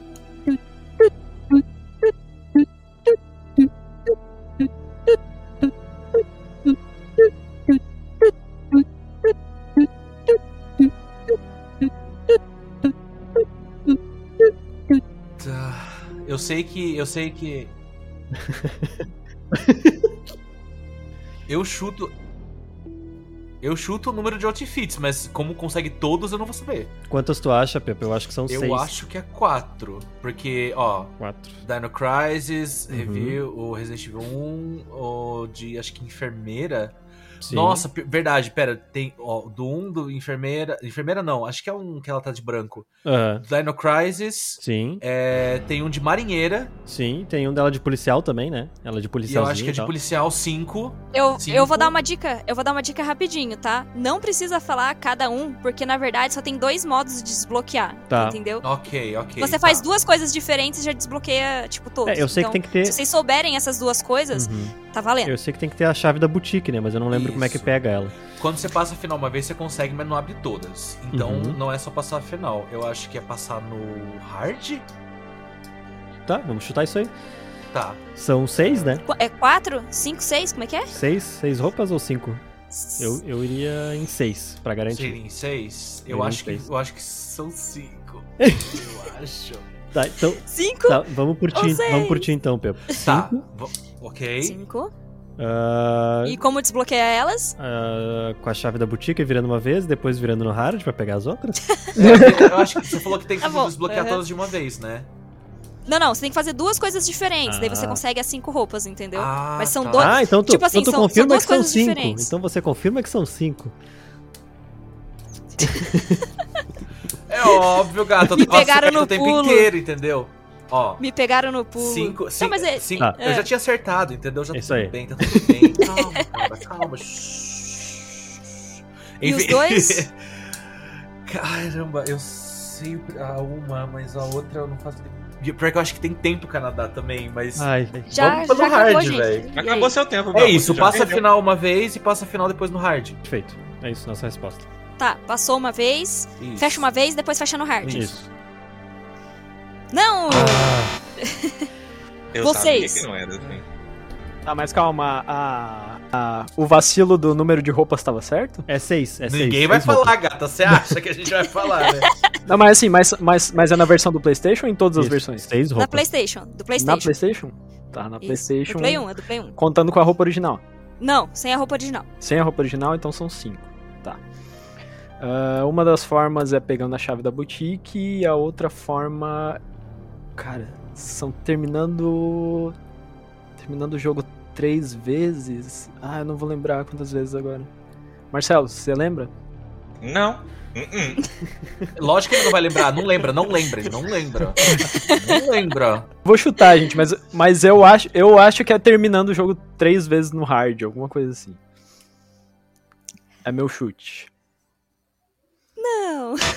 Tá. Eu sei que. Eu chuto o número de outfits, mas como consegue todos eu não vou saber. Quantas tu acha, Pepe? Eu acho que são 6. Eu acho que é 4. Porque, ó, 4. Dino Crisis, Uhum. Review, o Resident Evil 1, o de, acho que enfermeira. Sim. Nossa, verdade, pera, tem, ó, do 1 do enfermeira não, acho que é um que ela tá de branco. Aham. Dino Crisis, Sim, tem um de marinheira, sim. Tem um dela de policial também, né? Ela de e eu policialzinho acho que é de tal. policial 5. Eu Cinco. vou dar uma dica. Eu vou dar uma dica rapidinho, tá? Não precisa falar cada um, porque na verdade só tem 2 modos de desbloquear. Tá. Entendeu? Ok. Você faz tá. 2 coisas diferentes e já desbloqueia, tipo, todos. Eu sei que Então, tem que ter... se vocês souberem essas 2 coisas, tá valendo. Eu sei que tem que ter a chave da boutique, né? Mas eu não lembro como é que Isso. pega ela. Quando você passa a final uma vez, você consegue, mas não abre todas. Então, Uhum. não é só passar a final. Eu acho que é passar no hard? Tá, vamos chutar isso aí. Tá. São 6, né? É 4, 5, 6, como é que é? 6 roupas ou 5? Eu iria em 6, pra garantir. Seria em 6? Seria Eu em acho que seis. são 5. Eu acho. Tá, então... 5? Tá, vamos por ti, Ou seis. vamos por ti então, Pepe. Tá. 5. Ok. 5. Ah, E como desbloqueia elas? com a chave da boutique virando uma vez, depois virando no hard pra pegar as outras. Eu acho que você falou que tem que Tá bom, desbloquear aham. todas de uma vez, né? Não, você tem que fazer 2 coisas diferentes. Daí você Ah. consegue as 5 roupas, entendeu? Ah, Mas são tá. 2. Ah, então tu, Tipo assim, então tu são confirma duas que são coisas 5. diferentes. Então você confirma que são 5. É óbvio, gato. Me pegaram no o tempo pulo. inteiro, entendeu? Ó. Me pegaram no pulo. 5. Não, mas é... Tá. Eu já tinha acertado, entendeu? Já tá Isso tudo aí. bem, tá tudo bem. Calma. E os dois? Caramba, eu sei a uma, mas a outra eu não faço. Pior que eu acho que tem tempo Canadá também, mas. Ai, Já Vamos pelo acabou, hard, gente. velho. E aí? Acabou seu tempo, É Gabu, isso, você já passa a perdeu. final uma vez e passa a final depois no hard. perfeito. É isso, nossa resposta. Tá, passou uma vez, Isso. fecha uma vez, depois fecha no hard. Isso. Não! Eu Vocês. sabia que não era assim. Tá, mas calma, o vacilo do número de roupas tava certo? É 6, é 6. Ninguém vai falar, gata. Você acha que a gente vai falar, né? Não, mas assim, mas é na versão do PlayStation ou em todas as versões? 6 Na roupas. PlayStation, do Na PlayStation. PlayStation? Tá, na Isso. PlayStation. Do Play 1, é do Play 1. Contando com a roupa original. Não, sem a roupa original. Sem a roupa original, então são 5. Tá. Uma das formas é pegando a chave da boutique e a outra forma. Cara, são terminando o jogo 3 vezes. Ah, eu não vou lembrar quantas vezes agora. Marcelo, você lembra? Não. Lógico que ele não vai lembrar. Não lembra. Não lembra. Vou chutar, gente, mas eu acho que é terminando o jogo 3 vezes no hard, alguma coisa assim. É meu chute. Não.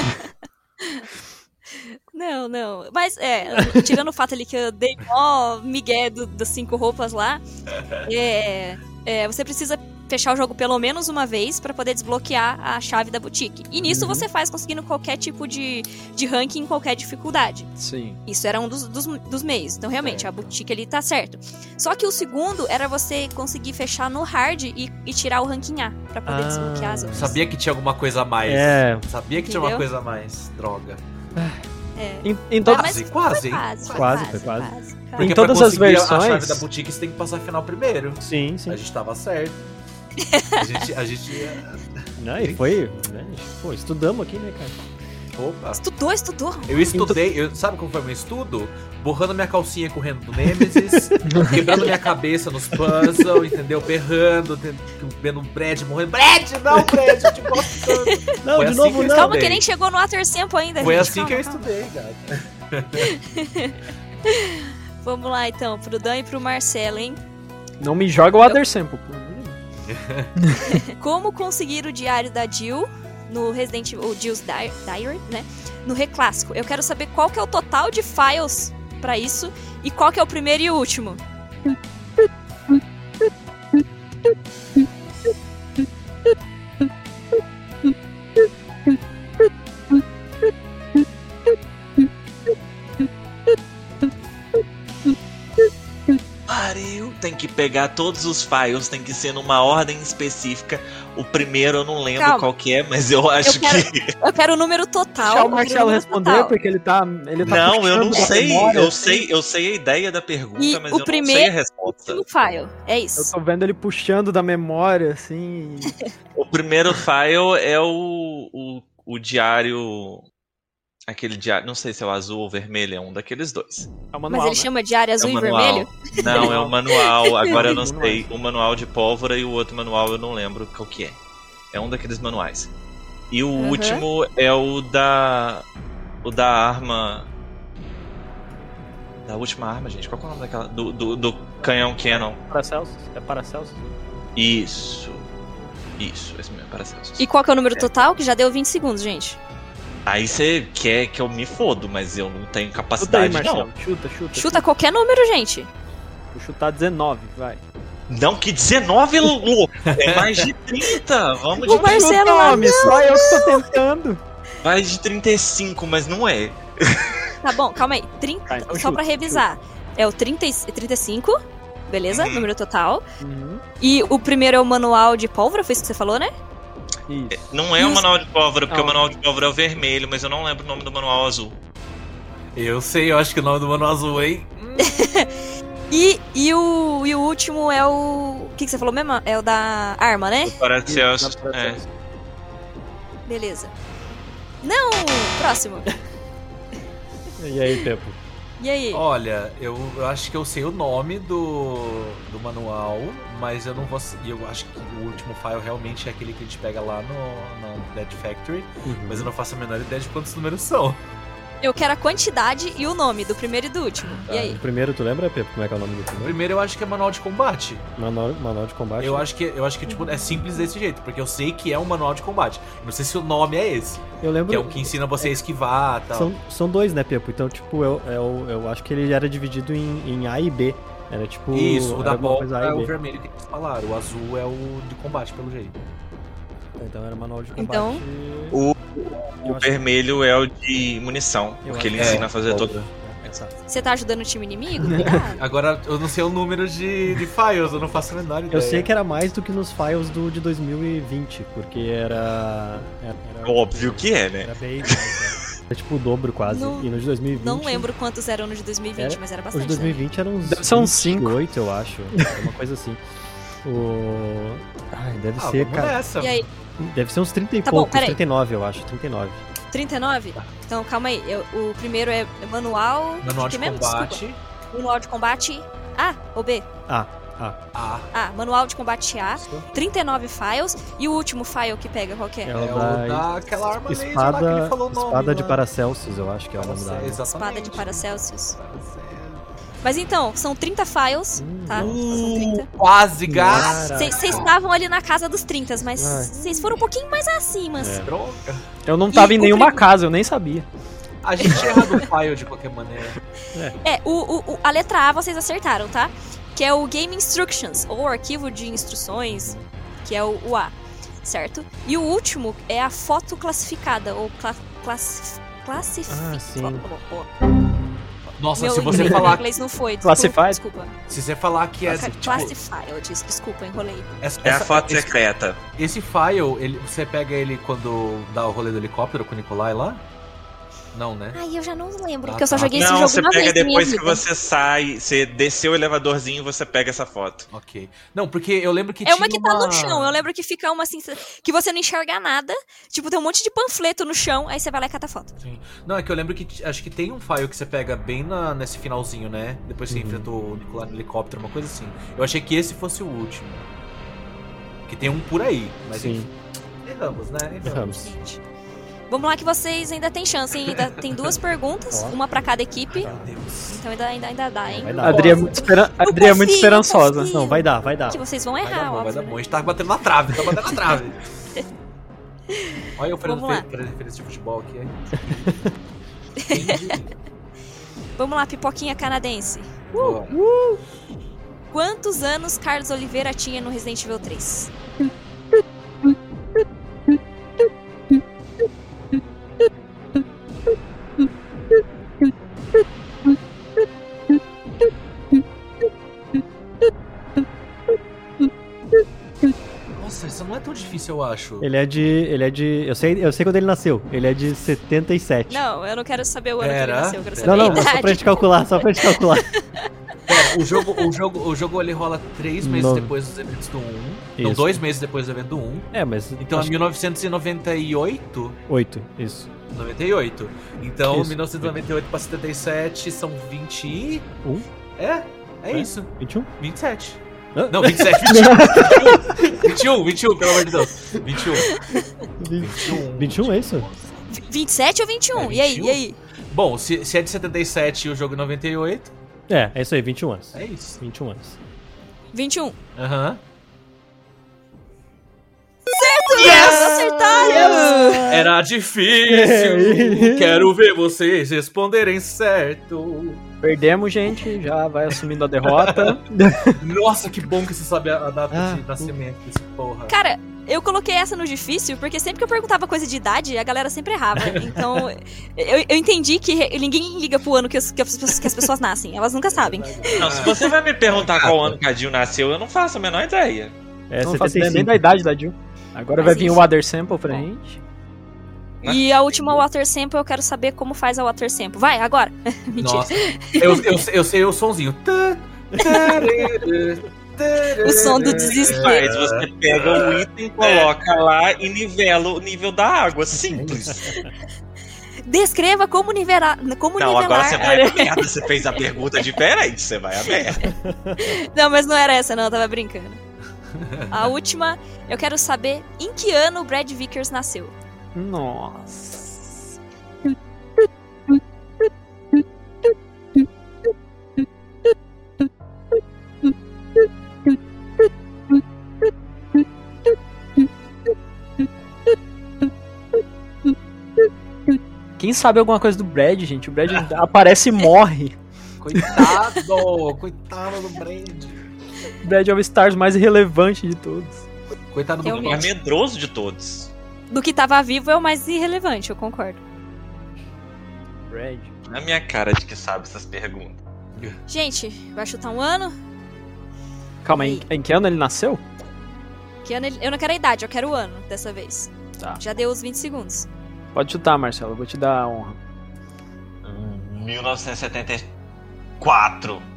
Não. Mas, tirando o fato ali que eu dei mó migué das 5 roupas lá, você precisa fechar o jogo pelo menos uma vez pra poder desbloquear a chave da boutique. E nisso você faz conseguindo qualquer tipo de ranking em qualquer dificuldade. Sim. Isso era um dos meios. Então, realmente, a boutique ali tá certo. Só que o segundo era você conseguir fechar no hard e tirar o ranking A pra poder desbloquear as outras. Sabia que tinha alguma coisa a mais. É. Sabia que tinha Entendeu? uma coisa a mais. Droga. Em todas, mas quase. Foi Quase. Porque Em todas pra as conseguir versões- a chave da boutique, você tem que passar a final primeiro. Sim. A gente tava certo. A gente Não, e foi. Né? Pô, estudamos aqui, né, cara? Opa. Estudou. Eu estudei, sabe como foi meu estudo? Borrando minha calcinha correndo do Nemesis, quebrando minha cabeça nos puzzles, entendeu? Berrando, vendo o Brad morrendo. Brad, não, Brad, eu te gosto tanto. Não, Foi de assim novo que eu não. Calma estudei. que nem chegou no Water Sample ainda, Foi gente. assim que eu Calma. estudei, cara. Vamos lá, então, pro Dan e pro Marcelo, hein? não me joga o Other Sample, pô. Como conseguir o diário da Jill no Resident Evil, o Jill's Diary, né? No reclássico. Eu quero saber qual que é o total de files pra isso e qual que é o primeiro e o último. Pariu. Tem que pegar todos os files, tem que ser numa ordem específica. O primeiro eu não lembro Calma. qual que é, mas eu acho que... Eu quero o número total. Deixa o eu quero Marcelo número responder, total. porque ele tá Não, eu não puxando da sei. memória, Eu sei a ideia da pergunta, E mas o eu não sei primeiro- a resposta. Último file. É Eu isso. tô vendo ele puxando da memória, assim. O primeiro file é o diário... Aquele diário, não sei se é o azul ou vermelho, é um daqueles dois. É o Mas manual, ele né? chama diário azul É o e manual. vermelho? Não, é o manual. Agora eu não Manual. sei. O manual de pólvora e o outro manual eu não lembro qual que é. É um daqueles manuais. E o último é o da arma. Da última arma, gente. Qual que é o nome daquela? Do canhão Cannon. Paracelsus? É Paracelsus? Isso, esse mesmo, Paracelsus. E qual que é o número total? Que já deu 20 segundos, gente. Aí você quer que eu me fodo, mas eu não tenho Chuta aí, capacidade, Marcelo. não. Chuta. Chuta qualquer número, gente. Vou chutar 19, vai. Não, que 19, louco! É mais de 30! Vamos de O Marcelo Chuta, lá, homem, só eu que tô tentando. mais de 35, mas não é. Tá bom, calma aí. 30, Tá, então só chuta, pra revisar. É o 35, beleza? Uhum. Número total. Uhum. E o primeiro é o manual de pólvora, foi isso que você falou, né? Isso. Não é E o os- manual de pólvora, porque Não. o manual de pólvora é o vermelho, mas eu não lembro o nome do manual azul. Eu sei, eu acho que o nome do manual azul, hein? E o último é o... O que você falou mesmo? É o da arma, né? Parece ser. Isso, dá pra É. Celsus. Beleza. Não! Próximo. E aí, Pepo? E aí? Olha, eu acho que eu sei o nome do manual, mas eu não vou. E eu acho que o último file realmente é aquele que a gente pega lá no Dead Factory, mas eu não faço a menor ideia de quantos números são. Eu quero a quantidade e o nome do primeiro e do último. E aí? O primeiro, tu lembra, Pepo, como é que é o nome do O primeiro? primeiro eu acho que é manual de combate. Manual de combate. Eu acho que tipo, é simples desse jeito, porque eu sei que é um manual de combate. Eu não sei se o nome é esse, Eu lembro. que é o que ensina você a esquivar e tal. São dois, né, Pepo? Então, tipo, eu acho que ele era dividido em A e B. Era tipo. Isso, o era da alguma coisa bola A é e o B. vermelho que eles falaram, o azul é o de combate, pelo jeito. Então era manual de combate. Então- O Eu O acho- vermelho é o de munição, eu porque acho ele que ensina a fazer todo. Exato. Você tá ajudando o time inimigo? Cuidado. Agora, eu não sei o número de files, eu não faço a menor ideia. Eu sei que era mais do que nos files de 2020, porque era Óbvio que é, né? Era bem mais, né? Era tipo o dobro quase. Não- E no de 2020. Não lembro quantos eram no de 2020, Era- mas era Os bastante. de 2020 eram uns Deve ser uns 28, eu acho. Uma coisa assim. Ai, deve Ah, ser, vamos cara. nessa. E aí, Deve ser uns 30 e Tá bom, poucos, peraí. 39, eu acho. 39. 39? Então, calma aí. O primeiro é manual... Manual que de mesmo? combate. Desculpa. Manual de combate A ou B? Ah, Ah, manual de combate A. 39 files. E o último file que pega, qual que é? É É o o da daquela arma laser lá que ele espada, falou o nome. espada de lá. Paracelsus, eu acho que é o nome da arma. Exatamente. Espada de Paracelsus. Mas então, são 30 files, tá? São 30. Quase gás. Caraca. Vocês estavam ali na casa dos 30, mas Ai. vocês foram um pouquinho mais acima. É. Droga. Eu não tava E em o nenhuma prim- casa, eu nem sabia. A gente tinha errado o file de qualquer maneira. A letra A vocês acertaram, tá? Que é o Game Instructions, ou arquivo de instruções, que é o A, certo? E o último é a foto classificada, ou classificada. Ah, sim. Nossa, Meu se você meu falar, inglês não foi, desculpa. Classified? Desculpa. se você falar que é tipo, Classified, desculpa, enrolei. É a foto secreta. Esse file, você pega ele quando dá o rolê do helicóptero com o Nikolai lá? Não, né? Ai, eu já não lembro, Ah, porque eu só tá. joguei esse Não, jogo você uma pega vez na minha depois que vida. você sai, você desceu o elevadorzinho, você pega essa foto. Ok. Não, porque eu lembro que É tinha uma que tá no chão, eu lembro que fica uma assim, que você não enxerga nada, tipo, tem um monte de panfleto no chão, aí você vai lá e cata a foto. Sim. Não, é que eu lembro que acho que tem um file que você pega bem nesse finalzinho, né? Depois você enfrentou o Nicolau no helicóptero, uma coisa assim. Eu achei que esse fosse o último. Que tem um por aí, mas Sim. enfim. Erramos, né? Erramos. Gente. Vamos lá que vocês ainda tem chance, hein? Ainda tem 2 perguntas, uma pra cada equipe. Meu Deus. Então ainda dá, hein? Vai A dar. Adri é muito, Adri é muito confio, esperançosa. confio. Não, vai dar. Que vocês vão Vai errar, dar bom, vai óbvio. dar né? bom. A gente tá batendo na trave, Olha eu Vamos lá. fazendo referência de futebol aqui, hein? Vamos lá, pipoquinha canadense. Bora. Quantos anos Carlos Oliveira tinha no Resident Evil 3? Nossa, isso não é tão difícil, eu acho. Ele é de. Eu sei quando ele nasceu. Ele é de 77. Não, eu não quero saber o ano que ele Pera. nasceu, eu quero saber Não, a não, mas idade. só pra gente calcular, Pera, o jogo ele rola 3 meses No- depois dos eventos do 1. Não, Isso. 2 meses depois do evento do 1. É, mas. Então é 1998? 8, isso. 98. Então, Isso. 1998 pra 77 são 20. É isso. 21? 27. Hã? Não, 27, 21, pelo amor de Deus. 21. 21 é isso? 27 ou 21? É, E aí, 21? e aí? Bom, se é de 77 e o jogo 98, É isso aí, 21 anos. é isso. 21 anos. 21. Aham. Acertaram! Era difícil. Quero ver vocês responderem certo. Perdemos, gente. Já vai assumindo a derrota. Nossa, que bom que você sabe a data Ah, de nascimento desse porra. Cara, eu coloquei essa no difícil porque sempre que eu perguntava coisa de idade, a galera sempre errava. Então, eu entendi que ninguém liga pro ano que as pessoas nascem. Elas nunca sabem. Não, se você vai me perguntar qual ano que a Jill nasceu, eu não faço a menor ideia. É Não faço ideia nem 75. da idade da Jill. Agora Mas vai vir o isso. Water Sample pra gente. E a última Water Sample, eu quero saber como faz a Water Sample. Vai, agora! Mentira. Nossa, eu sei o sonzinho. O som do desespero. Mas você pega o item, coloca lá e nivela o nível da água. Simples. Descreva como nivelar. Como Não, agora você nivelar. vai a merda. Você fez a pergunta diferente, você vai a merda. Não, mas não era essa, não, eu tava brincando. A última, eu quero saber em que ano o Brad Vickers nasceu. Nossa. Quem sabe alguma coisa do Brad, gente? O Brad aparece e morre. Coitado do Brand. O Brad é o Stars mais irrelevante de todos. Coitado do Eu O Brand. mais medroso de todos. Do que tava vivo é o mais irrelevante, eu concordo. Brad. Na minha cara de que sabe essas perguntas. Gente, vai chutar um ano? Calma, E em que ano ele nasceu? Que ano eu não quero a idade, eu quero o ano dessa vez. Tá. Já deu os 20 segundos. Pode chutar, Marcelo, eu vou te dar a honra. 1974.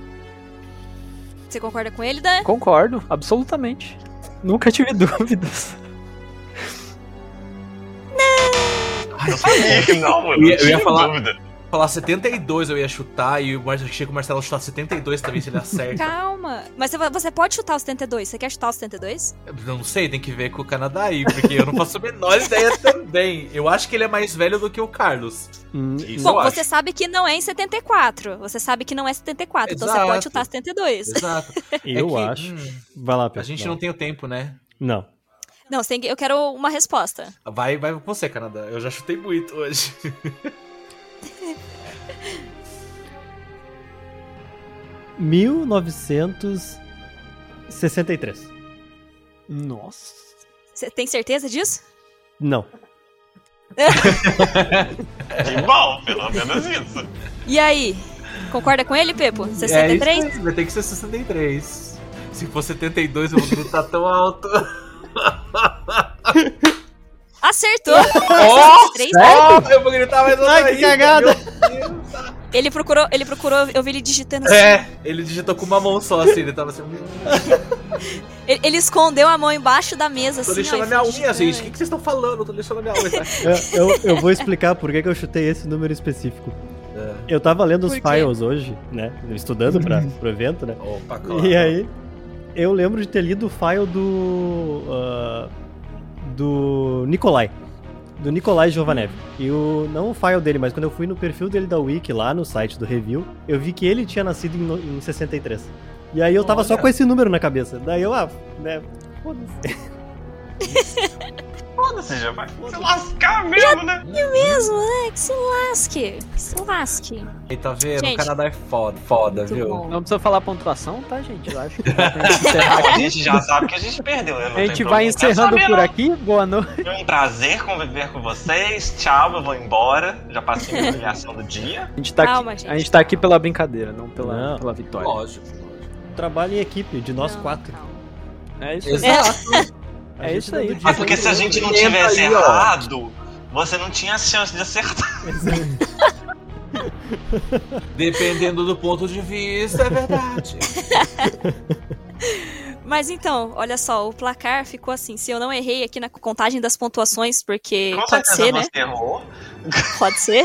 Você concorda com ele, Dan? Concordo, absolutamente. Nunca tive dúvidas. Eu sabia que não, Eu ia tinha falar- dúvida. Falar 72 eu ia chutar e o Marcelo chutar 72 também se ele acerta. Calma. Mas você pode chutar os 72. Você quer chutar os 72? Eu não sei, tem que ver com o Canadá aí, porque eu não faço a menor ideia também. Eu acho que ele é mais velho do que o Carlos. Isso Bom, eu acho. você sabe que não é em 74. Você sabe que não é 74. Então você Exato. pode chutar 72. Exato. Eu É que, acho. Vai lá, Pedro. A gente vai não lá. tem o tempo, né? Não. Não, eu quero uma resposta. Vai com você, Canadá. Eu já chutei muito hoje. – 1963. Nossa. Você tem certeza disso? Não. Que bom, pelo menos isso. E aí? Concorda com ele, Pepo? 63? É isso aí, vai ter que ser 63. Se for 72, eu vou gritar tão alto. Acertou! Ó, 3. eu vou gritar mais outra Ai, que vez, cagada! meu Deus. Ele procurou, eu vi ele digitando assim. Ele digitou com uma mão só, assim, ele tava assim... Ele escondeu a mão embaixo da mesa, Tô assim. lixando ó, a minha e foi unha, gente. O digitando. que vocês estão falando? Eu tô lixando a minha unha. Eu vou explicar por que eu chutei esse número específico. Eu tava lendo os Por quê? files hoje, né? Estudando pro evento, né? Opa, claro. E aí, eu lembro de ter lido o file do Nikolai. Do Nikolai Jovanev. E não o file dele, mas quando eu fui no perfil dele da Wiki, lá no site do review, eu vi que ele tinha nascido em 63. E aí eu tava só com esse número na cabeça. Daí eu, né? Foda-se. Foda-se, já vai se lascar mesmo, né? Mesmo, né? Que se lasque. Que se lasque. E tá vendo? Gente, O Canadá é foda, muito viu? bom. Não precisa falar pontuação, tá, gente? Eu acho que já tem que encerrar A aqui. gente já sabe que a gente perdeu, né? Não A tem gente problema. vai Quero encerrando saber, por não. aqui. Boa noite. Foi um prazer conviver com vocês. Tchau, eu vou embora. Já passei a humilhação do dia. A gente tá, Calma, aqui, gente. a gente tá aqui pela brincadeira, não pela Não. vitória. Lógico. Trabalho em equipe, de nós Não, 4. calma. É isso aí. Exato. É isso aí. Mas porque se a gente não tivesse errado, você não tinha chance de acertar. Dependendo do ponto de vista, é verdade. Mas então, olha só, o placar ficou assim. Se eu não errei aqui na contagem das pontuações, porque Com pode certeza ser, né? você errou. Pode ser.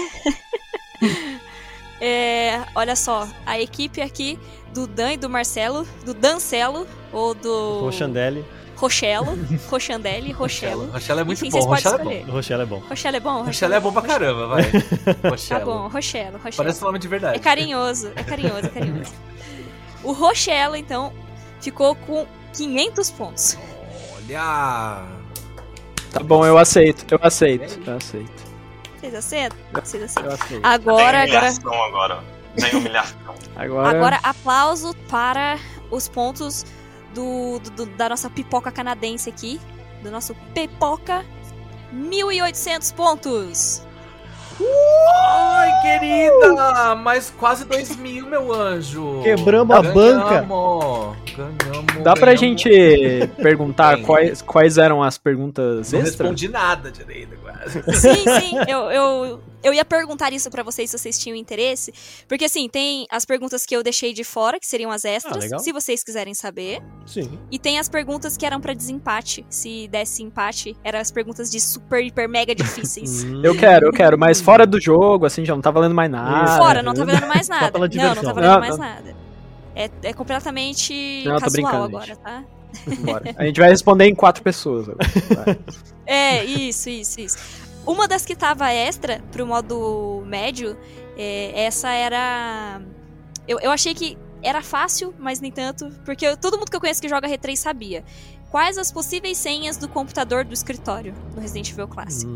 Olha só, a equipe aqui do Dan e do Marcelo, do Dancelo, ou do Rochandelli. Rochandelli, Rochelo. Rochelle é muito Enfim, bom. vocês podem Rochelle é bom. escolher. Rochelle é bom. Rochelle é bom? Rochelle é bom pra caramba, vai. Tá Rochelle. bom, Rochelo. Parece um nome de verdade. É carinhoso. O Rochelo, então, ficou com 500 pontos. Olha. Tá bom, eu aceito. Vocês aceitam? Vocês aceitam. Eu aceito. Agora, Tem humilhação agora. Tem humilhação. agora aplauso para os pontos da nossa pipoca canadense aqui. Do nosso pipoca. 1.800 pontos. Ai, querida! Mais quase 2.000, meu anjo. Quebramos a banca. Ganhamos. Dá pra ganhamos. gente perguntar Bem. quais eram as perguntas Não extras? respondi nada direito, quase. Sim, eu ia perguntar isso pra vocês se vocês tinham interesse. Porque assim, tem as perguntas que eu deixei de fora, que seriam as extras, legal. se vocês quiserem saber. Sim. E tem as perguntas que eram pra desempate. Se desse empate, eram as perguntas de super, hiper, mega difíceis. Eu quero, mas fora do jogo, assim, já não tá valendo mais nada. Fora, não tá valendo mais nada. pela Não diversão. tá valendo Não, mais não. nada. É completamente Não, tô casual brincando, agora, gente. tá? Bora. A gente vai responder em 4 pessoas. Vai. Isso. Uma das que tava extra pro modo médio, essa era... Eu achei que era fácil, mas nem tanto, porque todo mundo que eu conheço que joga R3 sabia. Quais as possíveis senhas do computador do escritório no Resident Evil Classic?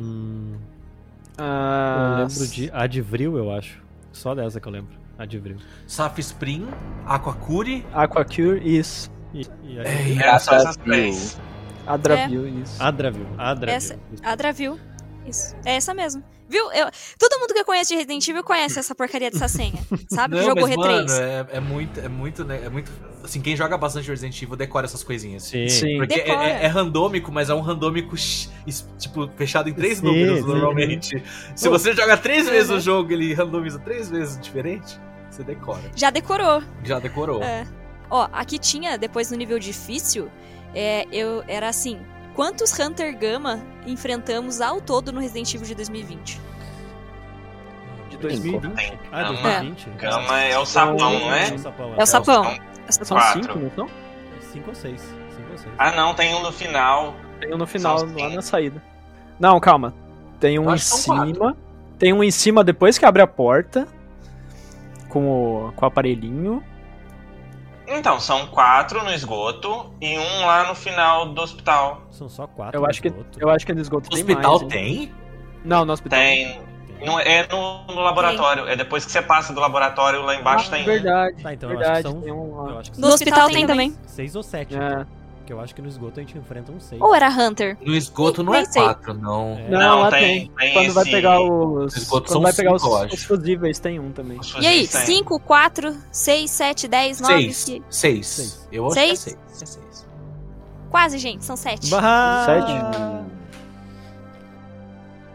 Eu lembro de Advril, eu acho. Só dessa que eu lembro. Advril. Saf Spring, Aquacure. Aquacure, isso. E Era só essas três. Adravil, isso. Adravil. Essa, Adravil. Isso. É essa mesmo. Viu? Todo mundo que eu conheço de Resident Evil conhece essa porcaria dessa senha. Sabe? Não, Jogou mas, R3. mano, é muito, né? É muito. Assim, quem joga bastante Resident Evil decora essas coisinhas. Sim. Porque Decora. é randômico, mas é um randômico, tipo, fechado em 3 Sim, números, sim. normalmente. Se você joga 3 vezes o jogo, ele randomiza 3 vezes diferente, você decora. Já decorou. Já decorou. Ó, aqui tinha, depois no nível difícil, era assim, quantos Hunter Gamma enfrentamos ao todo no Resident Evil de 2020? De 2020. Tem Ah, Gama. 2020? Gama é o sapão, não é? É o sapão. É o sapão. São 4. 5, não são? 5 ou 6. Ah, não, tem um no final. Tem um no final, São lá 5. na saída. Não, calma. Tem um Eu em acho que são cima. Tem um em cima depois que abre a porta. Com o aparelhinho. Então, são 4 no esgoto e um lá no final do hospital. São só 4. Eu acho que no esgoto No tem hospital mais. hein? tem? Não, no hospital. Tem. Não, é no laboratório. É depois que você passa do laboratório, lá embaixo tem um. Verdade. Tá, então verdade. eu acho que Tem um lá. Eu acho que No hospital tem também. 6 ou 7. É. Porque eu acho que no esgoto a gente enfrenta um 6. Ou era Hunter? No esgoto não Nem é sei. 4, não. É. Não, lá tem. tem. Quando vai esse- pegar os. Esgoto Quando são vai pegar 5, eu acho. os fusíveis, tem um também. Os E aí, fuzis tem. 5, 4, 6, 7, 10, 9... 6. Eu acho Seis? que é 6. Quase, gente, são 7. Bah! 7?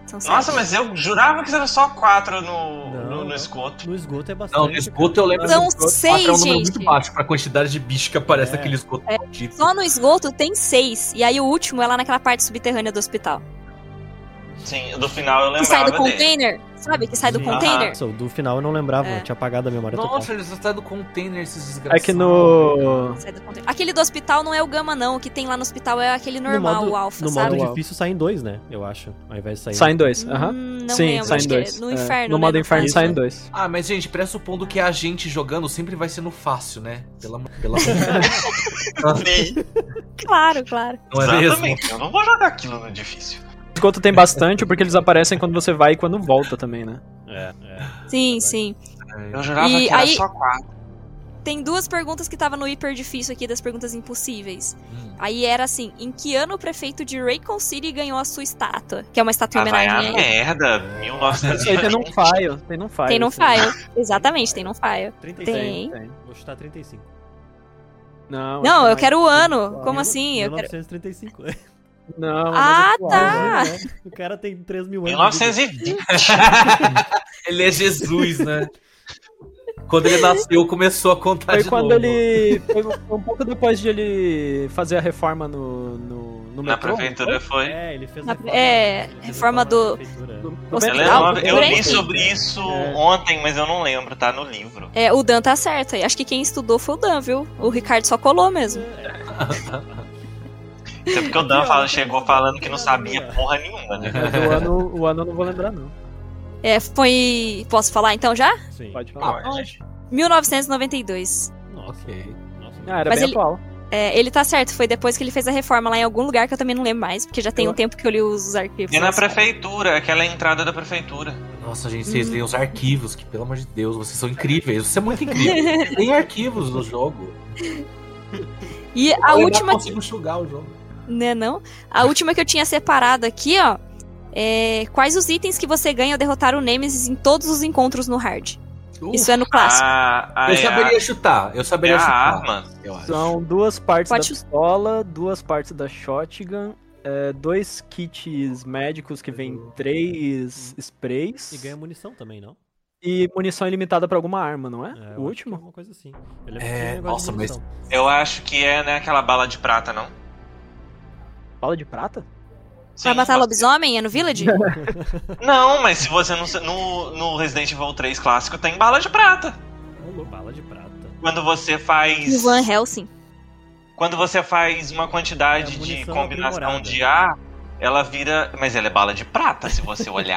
São 7. Nossa, mas eu jurava que era só 4 no esgoto. No esgoto é bastante. Não, no esgoto eu lembro. São que o esgoto 6, é um número gente. muito baixo pra quantidade de bicho que aparece naquele esgoto maldito. Só no esgoto tem 6. E aí o último é lá naquela parte subterrânea do hospital. Sim, do final eu Que sai lembrava do dele. container. Sabe? Que sai do Sim. container. Nossa, do final eu não lembrava, É. eu tinha apagado a memória total. Nossa, eles estão do container, esses desgraçados. É que no. Sai do container. Aquele do hospital não é o Gama, não. O que tem lá no hospital é aquele normal, o Alpha, no sabe? modo difícil saem 2, né? Eu acho. Ao invés de sair. Saem 2, aham. Não Sim, lembro, saem acho que é 2. no inferno, No né, modo no inferno caso. saem 2. Ah, mas gente, pressupondo que a gente jogando sempre vai ser no fácil, né? Pela amor de Deus. Claro, claro. Não é mesmo? Exatamente, eu não vou jogar aquilo no difícil. O esgoto tem bastante porque eles aparecem quando você vai e quando volta também, né? Sim, sim. Eu jurava E que era aí- só 4. Tem 2 perguntas que tava no hiper difícil aqui, das perguntas impossíveis. Aí era assim, em que ano o prefeito de Raycon City ganhou a sua estátua? Que é uma estátua em Vai a homenagem a ele. merda, Isso aí tem num 1920. file. Tem num file. Tem no assim. file. Exatamente, tem no file. 35. Tem. Tem. Vou chutar 35. Não, Não, acho eu que quero o mais- ano. Como assim? Eu quero... 1935. Não, é Ah, mais atual. tá. O cara tem 3 mil anos. de vida. 1920. Ele é Jesus, né? Quando ele nasceu, começou a contar Foi de quando novo. ele. Foi um pouco depois de ele fazer a reforma no Na metrô. prefeitura foi. É, ele fez Na- reforma. é, ele fez reforma do- na prefeitura. Do Eu, Hospital, lembro, eu li Frente. sobre isso É. ontem, mas eu não lembro, tá no livro. É, o Dan tá certo. Acho que quem estudou foi o Dan, viu? O Ricardo só colou mesmo. Até porque o Dan chegou falando que não sabia porra nenhuma, né? Mas o ano eu não vou lembrar, não. É, foi... Posso falar então já? Sim. Pode falar. Pode. 1992. Nossa. Ok. Nossa. Ah, era Mas bem ele- atual. É, ele tá certo, foi depois que ele fez a reforma lá em algum lugar que eu também não lembro mais, porque já tem um tempo que eu li os arquivos. E na prefeitura, aquela entrada da prefeitura. Nossa, gente, vocês leem os arquivos, que pelo amor de Deus, vocês são incríveis. Você é muito incrível. Tem arquivos no jogo. E a Eu última... não consigo enxugar o jogo. Né, não? A última que eu tinha separado aqui, ó, é quais os itens que você ganha ao derrotar o Nemesis em todos os encontros no hard. Isso é no clássico. Eu saberia chutar. Eu É saberia a chutar. arma. Eu acho. São 2 partes Pode- da pistola, 2 partes da shotgun, 2 kits médicos que vem 3 sprays E ganha munição também, não? e munição ilimitada pra alguma arma, não é? É, eu O acho que último? é uma coisa assim. Eu lembro que É, tinha um negócio nossa, de mas- munição. Eu acho que é, né, aquela bala de prata, não? Bala de prata? Sim, Vai matar mas- lobisomem? É no Village? Não, mas se você não. No Resident Evil 3 clássico tem bala de prata. Bala de prata. Quando você No faz. Van Helsing. Quando você faz uma quantidade É a de munição combinação aprimorada. de ar, ela vira. Mas ela é bala de prata, se você olhar.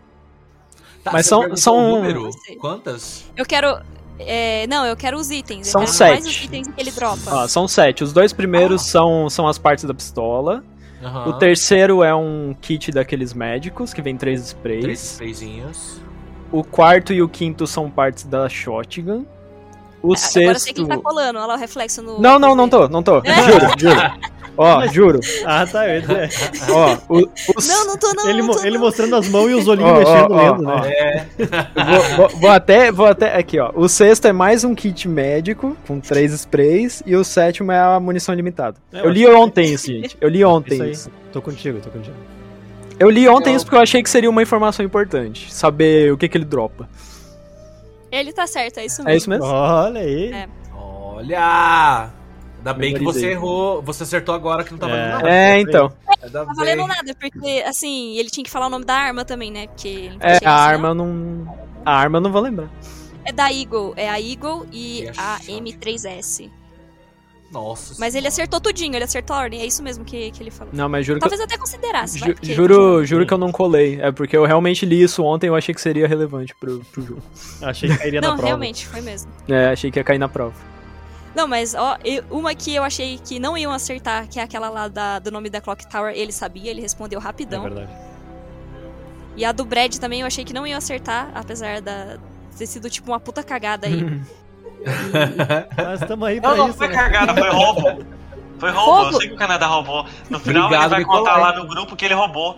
Tá, Mas você são- perguntou são- o número? Não sei. Quantas? Eu quero... não, eu quero os itens. São eu quero quais 7. os itens que ele dropa. Ah, são 7. Os 2 primeiros são as partes da pistola. Aham. O terceiro é um kit daqueles médicos, que vem 3 sprays. 3 sprayzinhos. O quarto e o quinto são partes da shotgun. O Agora eu sei que sexto... ele tá colando. Olha lá o reflexo no... Não tô. Juro. Ó, juro. Ah, tá. Eu ia dizer. Ó, Não tô não. Ele, não tô, ele não. mostrando as mãos e os olhinhos Ó, mexendo, ó, lendo, ó, né? Vou até. Aqui, ó. O sexto é mais um kit médico, com 3 sprays. E o sétimo é a munição limitada. É, Eu li ontem isso, gente. Eu li ontem Isso aí. isso. Tô contigo. Eu li ontem isso porque eu achei que seria uma informação importante. Saber o que ele dropa. Ele tá certo, é isso mesmo. É isso mesmo? Olha aí. É. Olha! Ainda bem que Memorizei. você errou. Você acertou agora que não tava valendo nada. É, então. Ainda Não tá bem. valendo nada, porque, assim, ele tinha que falar o nome da arma também, né? Porque ele não É, tinha a isso, arma eu não. A arma eu não vou lembrar. É da Eagle. É a Eagle e E a a Shotgun. M3S. Nossa Mas ele senhora. acertou tudinho, ele acertou a ordem. É isso mesmo que ele falou. Não, mas juro que. Talvez eu até considerasse. vai, porque- Juro que eu não colei. É porque eu realmente li isso ontem e eu achei que seria relevante pro jogo. Achei que cairia na Não, prova. realmente, foi mesmo. É, achei que ia cair na prova. Não, mas ó, uma que eu achei que não iam acertar, que é aquela lá do nome da Clock Tower, ele sabia, ele respondeu É rapidão. verdade. E a do Brad também eu achei que não iam acertar, apesar de ter sido tipo uma puta cagada aí. Mas tamo aí pra Não, não isso, foi né? cagada, foi roubo. Foi roubo, Roubo? eu sei que o Canadá roubou. No final Obrigado, ele vai contar Nicolai. lá no grupo que ele roubou.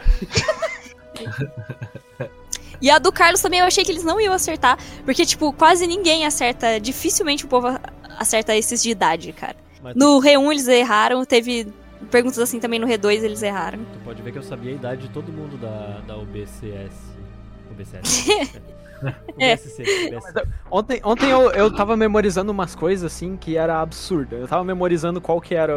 E a do Carlos também eu achei que eles não iam acertar, porque, tipo, quase ninguém acerta. Dificilmente o povo acerta esses de idade, cara. Mas No R1 eles erraram, teve perguntas assim também no R2 eles erraram. Tu pode ver que eu sabia a idade de todo mundo da OBCS. OBCS. OBSC. Ontem eu tava memorizando umas coisas assim que era absurda. Eu tava memorizando qual que era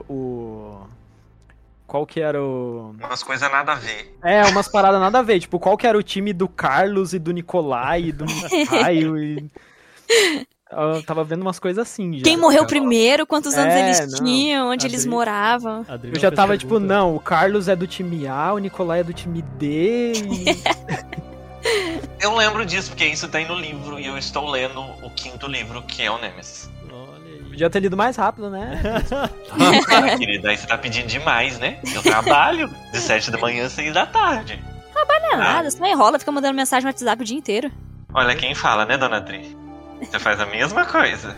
Umas coisas nada a ver. Umas paradas nada a ver. Tipo, qual que era o time do Carlos e do Nicolai e do Caio e... Eu tava vendo umas coisas assim já. Quem morreu primeiro, quantos anos eles tinham, onde eles moravam. Eu já tava tipo, não, o Carlos é do time A, o Nicolai é do time D e... Eu lembro disso, porque isso tem no livro, e eu estou lendo o 5º livro, que é o Nemesis. Olha aí. Podia ter lido mais rápido, né? Ah, querida, aí você tá pedindo demais, né? Eu trabalho de 7 da manhã às 6 da tarde. Não é nada, só enrola, fica mandando mensagem no WhatsApp o dia inteiro. Olha quem fala, né, dona Tri? Você faz a mesma coisa.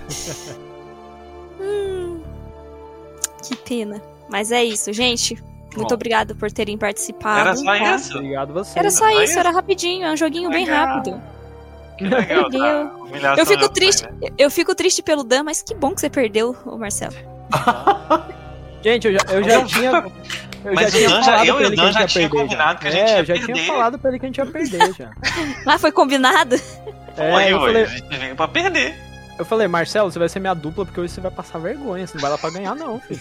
Que pena. Mas é isso, gente. Muito obrigado por terem participado. Era só isso? Obrigado você. Era só isso, era rapidinho, é um joguinho bem rápido. Que legal, tá? Humilhação Eu fico meu triste, pai, né? eu fico triste pelo Dan, mas que bom que você perdeu, ô Marcelo. Gente, eu já tinha... Mas o Dan já, eu e o Dan já tinha combinado que a gente ia eu já perder. tinha falado pra ele que a gente ia perder já. Ah, foi combinado? A gente veio pra perder. Eu falei, Marcelo, você vai ser minha dupla porque hoje você vai passar vergonha, você não vai lá pra ganhar não, filho.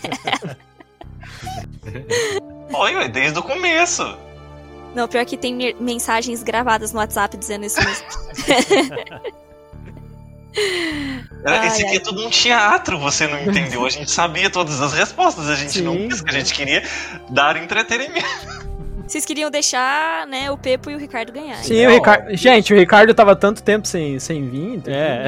Oi, desde o começo. Não, pior que tem mensagens gravadas no WhatsApp dizendo isso mesmo. Esse aqui é tudo um teatro, você não entendeu? A gente sabia todas as respostas, a gente não quis, que a gente queria dar entretenimento. Vocês queriam deixar, né, o Pepo e o Ricardo ganhar. Sim, o Ricardo... Gente, o Ricardo tava tanto tempo sem vir.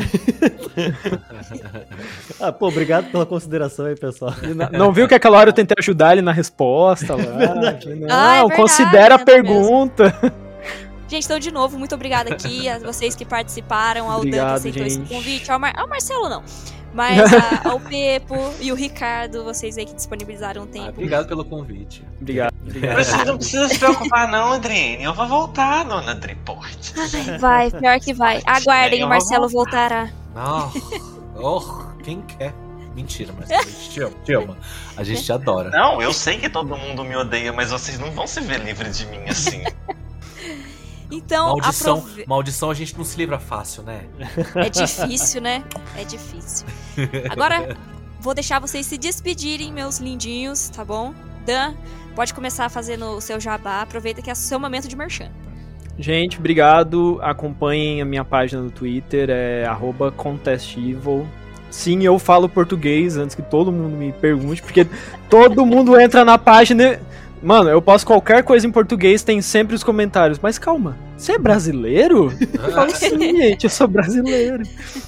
Pô, obrigado pela consideração aí, pessoal. Não viu que aquela hora eu tentei ajudar ele na resposta lá? Não, verdade, considera a pergunta. Gente, então, de novo, muito obrigada aqui a vocês que participaram, ao Dan que aceitou esse convite, ao Marcelo não, mas ao Pepo e o Ricardo, vocês aí que disponibilizaram o tempo. Obrigado pelo convite. Obrigado. Você não precisa se preocupar não, Adriane, eu vou voltar, dona Driport. Vai, pior que vai. Aguardem, o Marcelo voltará. Não, quem quer? Mentira, mas a gente te ama. A gente te adora. Não, eu sei que todo mundo me odeia, mas vocês não vão se ver livre de mim assim. Então, maldição a gente não se livra fácil, né? É difícil, né? É difícil. Agora, vou deixar vocês se despedirem, meus lindinhos, tá bom? Dan, pode começar fazendo o seu jabá. Aproveita que é o seu momento de merchan. Gente, obrigado. Acompanhem a minha página no Twitter, é @contestevil. Sim, eu falo português antes que todo mundo me pergunte, porque todo mundo entra na página... Mano, eu posto qualquer coisa em português, tem sempre os comentários. Mas calma, você é brasileiro? Eu falo, sim, gente, eu sou brasileiro.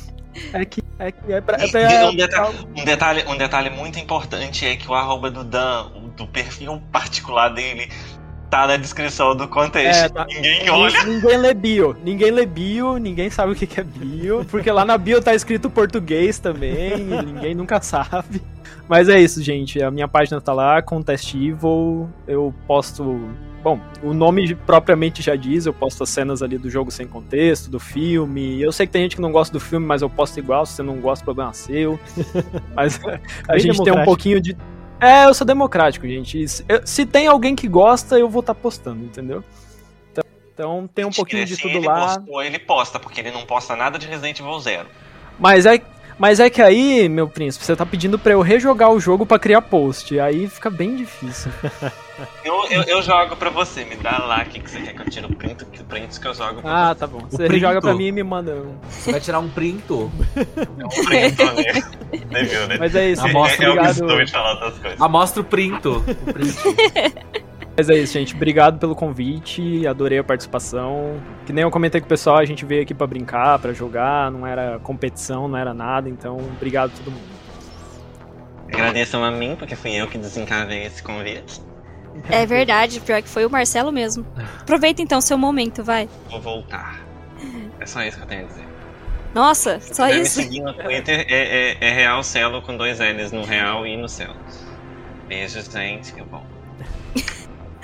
Um detalhe muito importante é que o @ do Dan, do perfil particular dele, tá na descrição do contexto. Ninguém olha. Ninguém lê bio, ninguém sabe o que é bio, porque lá na bio tá escrito português também, e ninguém nunca sabe. Mas é isso, gente. A minha página tá lá, Contestevil. Eu posto... Bom, o nome propriamente já diz, eu posto as cenas ali do jogo sem contexto, do filme. Eu sei que tem gente que não gosta do filme, mas eu posto igual. Se você não gosta, problema seu. Mas a gente tem um pouquinho de... eu sou democrático, gente. Se tem alguém que gosta, eu vou estar postando, entendeu? Então tem um pouquinho de tudo lá. Ele posta, porque ele não posta nada de Resident Evil 0. Mas é que aí, meu príncipe, você tá pedindo pra eu rejogar o jogo pra criar post. Aí fica bem difícil. Eu jogo pra você, me dá lá que você quer que eu tire o print que eu jogo pra você. Tá bom. Você joga pra mim e me manda. Você vai tirar um print? É um print, né? Viu, né? Mas é isso, Amostra, eu costumo de falar outras coisas. Amostra o print. Mas é isso, gente. Obrigado pelo convite. Adorei a participação. Que nem eu comentei com o pessoal, a gente veio aqui pra brincar, pra jogar. Não era competição, não era nada. Então, obrigado a todo mundo. Agradeçam a mim, porque fui eu que desencadeei esse convite. É verdade, pior que foi o Marcelo mesmo. Aproveita então o seu momento, vai. Vou voltar. É só isso que eu tenho a dizer. Nossa, só isso? Me seguir no Twitter é realcelo com 2 L's no real e no céu. Beijo, gente, que bom.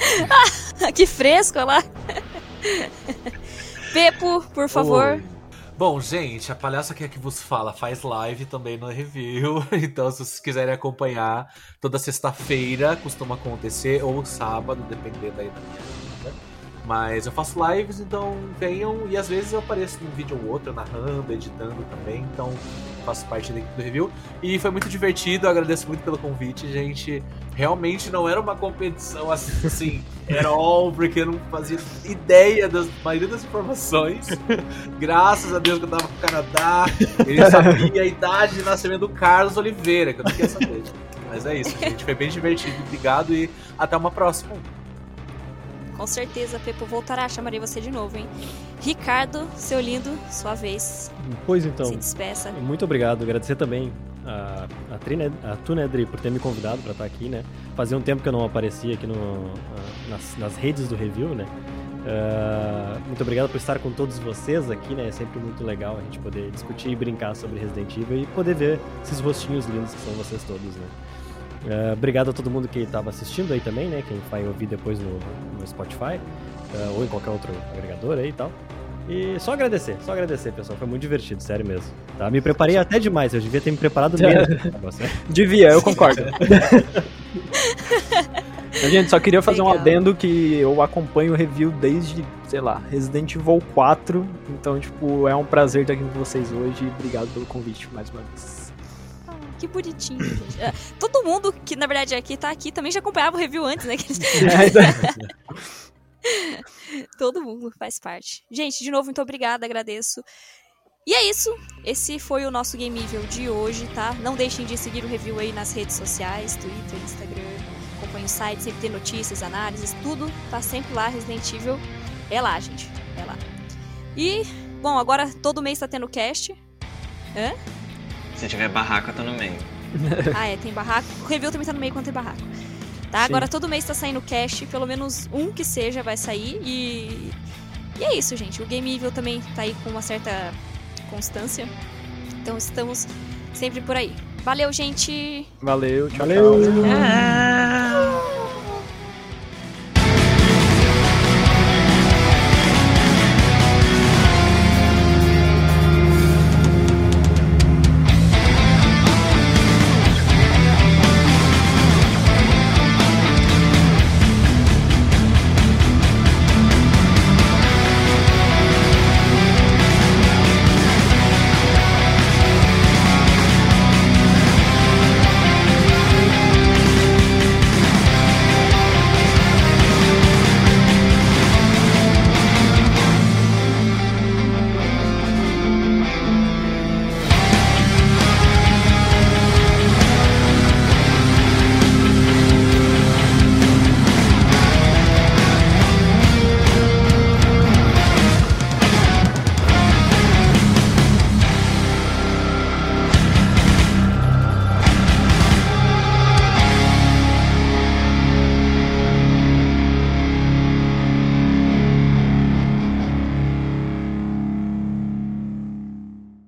Que fresco, olha lá. Pepo, por favor. Bom, gente, a palhaça que vos fala faz live também no review, então se vocês quiserem acompanhar, toda sexta-feira costuma acontecer, ou sábado, dependendo aí da minha vida. Mas eu faço lives, então venham, e às vezes eu apareço num vídeo ou outro, narrando, editando também, então faço parte da equipe do review. E foi muito divertido, eu agradeço muito pelo convite, gente. Realmente não era uma competição assim, at all, porque eu não fazia ideia da maioria das informações. Graças a Deus que eu tava com o Canadá, ele sabia a idade de nascimento do Carlos Oliveira, que eu não queria saber. Mas é isso, gente, foi bem divertido, obrigado e até uma próxima. Com certeza, Pepo voltará, chamarei você de novo, hein? Ricardo, seu lindo, sua vez. Pois então. Se despeça. Muito obrigado, agradecer também a tu, né, Dri, por ter me convidado para estar aqui, né? Fazia um tempo que eu não aparecia aqui nas redes do review, né? Muito obrigado por estar com todos vocês aqui, né? É sempre muito legal a gente poder discutir e brincar sobre Resident Evil e poder ver esses rostinhos lindos que são vocês todos, né? Obrigado a todo mundo que estava assistindo aí também, né? Quem vai ouvir depois no Spotify ou em qualquer outro agregador aí e tal. E só agradecer, pessoal. Foi muito divertido, sério mesmo. Tá? Me preparei até demais, eu devia ter me preparado menos. Devia, eu concordo. Gente, só queria fazer um adendo que eu acompanho o review desde, sei lá, Resident Evil 4. Então, tipo, é um prazer estar aqui com vocês hoje. Obrigado pelo convite mais uma vez. Que bonitinho, gente. Todo mundo que, na verdade, aqui tá aqui também já acompanhava o review antes, né? Todo mundo faz parte. Gente, de novo, muito obrigada, agradeço. E é isso. Esse foi o nosso Game Evil de hoje, tá? Não deixem de seguir o review aí nas redes sociais, Twitter, Instagram. Acompanhe o site, sempre tem notícias, análises, tudo tá sempre lá, Resident Evil. É lá, gente. É lá. E, bom, agora todo mês tá tendo cast. Hã? Se tiver barraco, eu tô no meio. Tem barraco. O review também tá no meio quando tem barraco. Tá? Agora todo mês tá saindo cast, pelo menos um que seja vai sair. E é isso, gente. O Game Evil também tá aí com uma certa constância. Então estamos sempre por aí. Valeu, gente! Valeu, tchau, Valeu. tchau.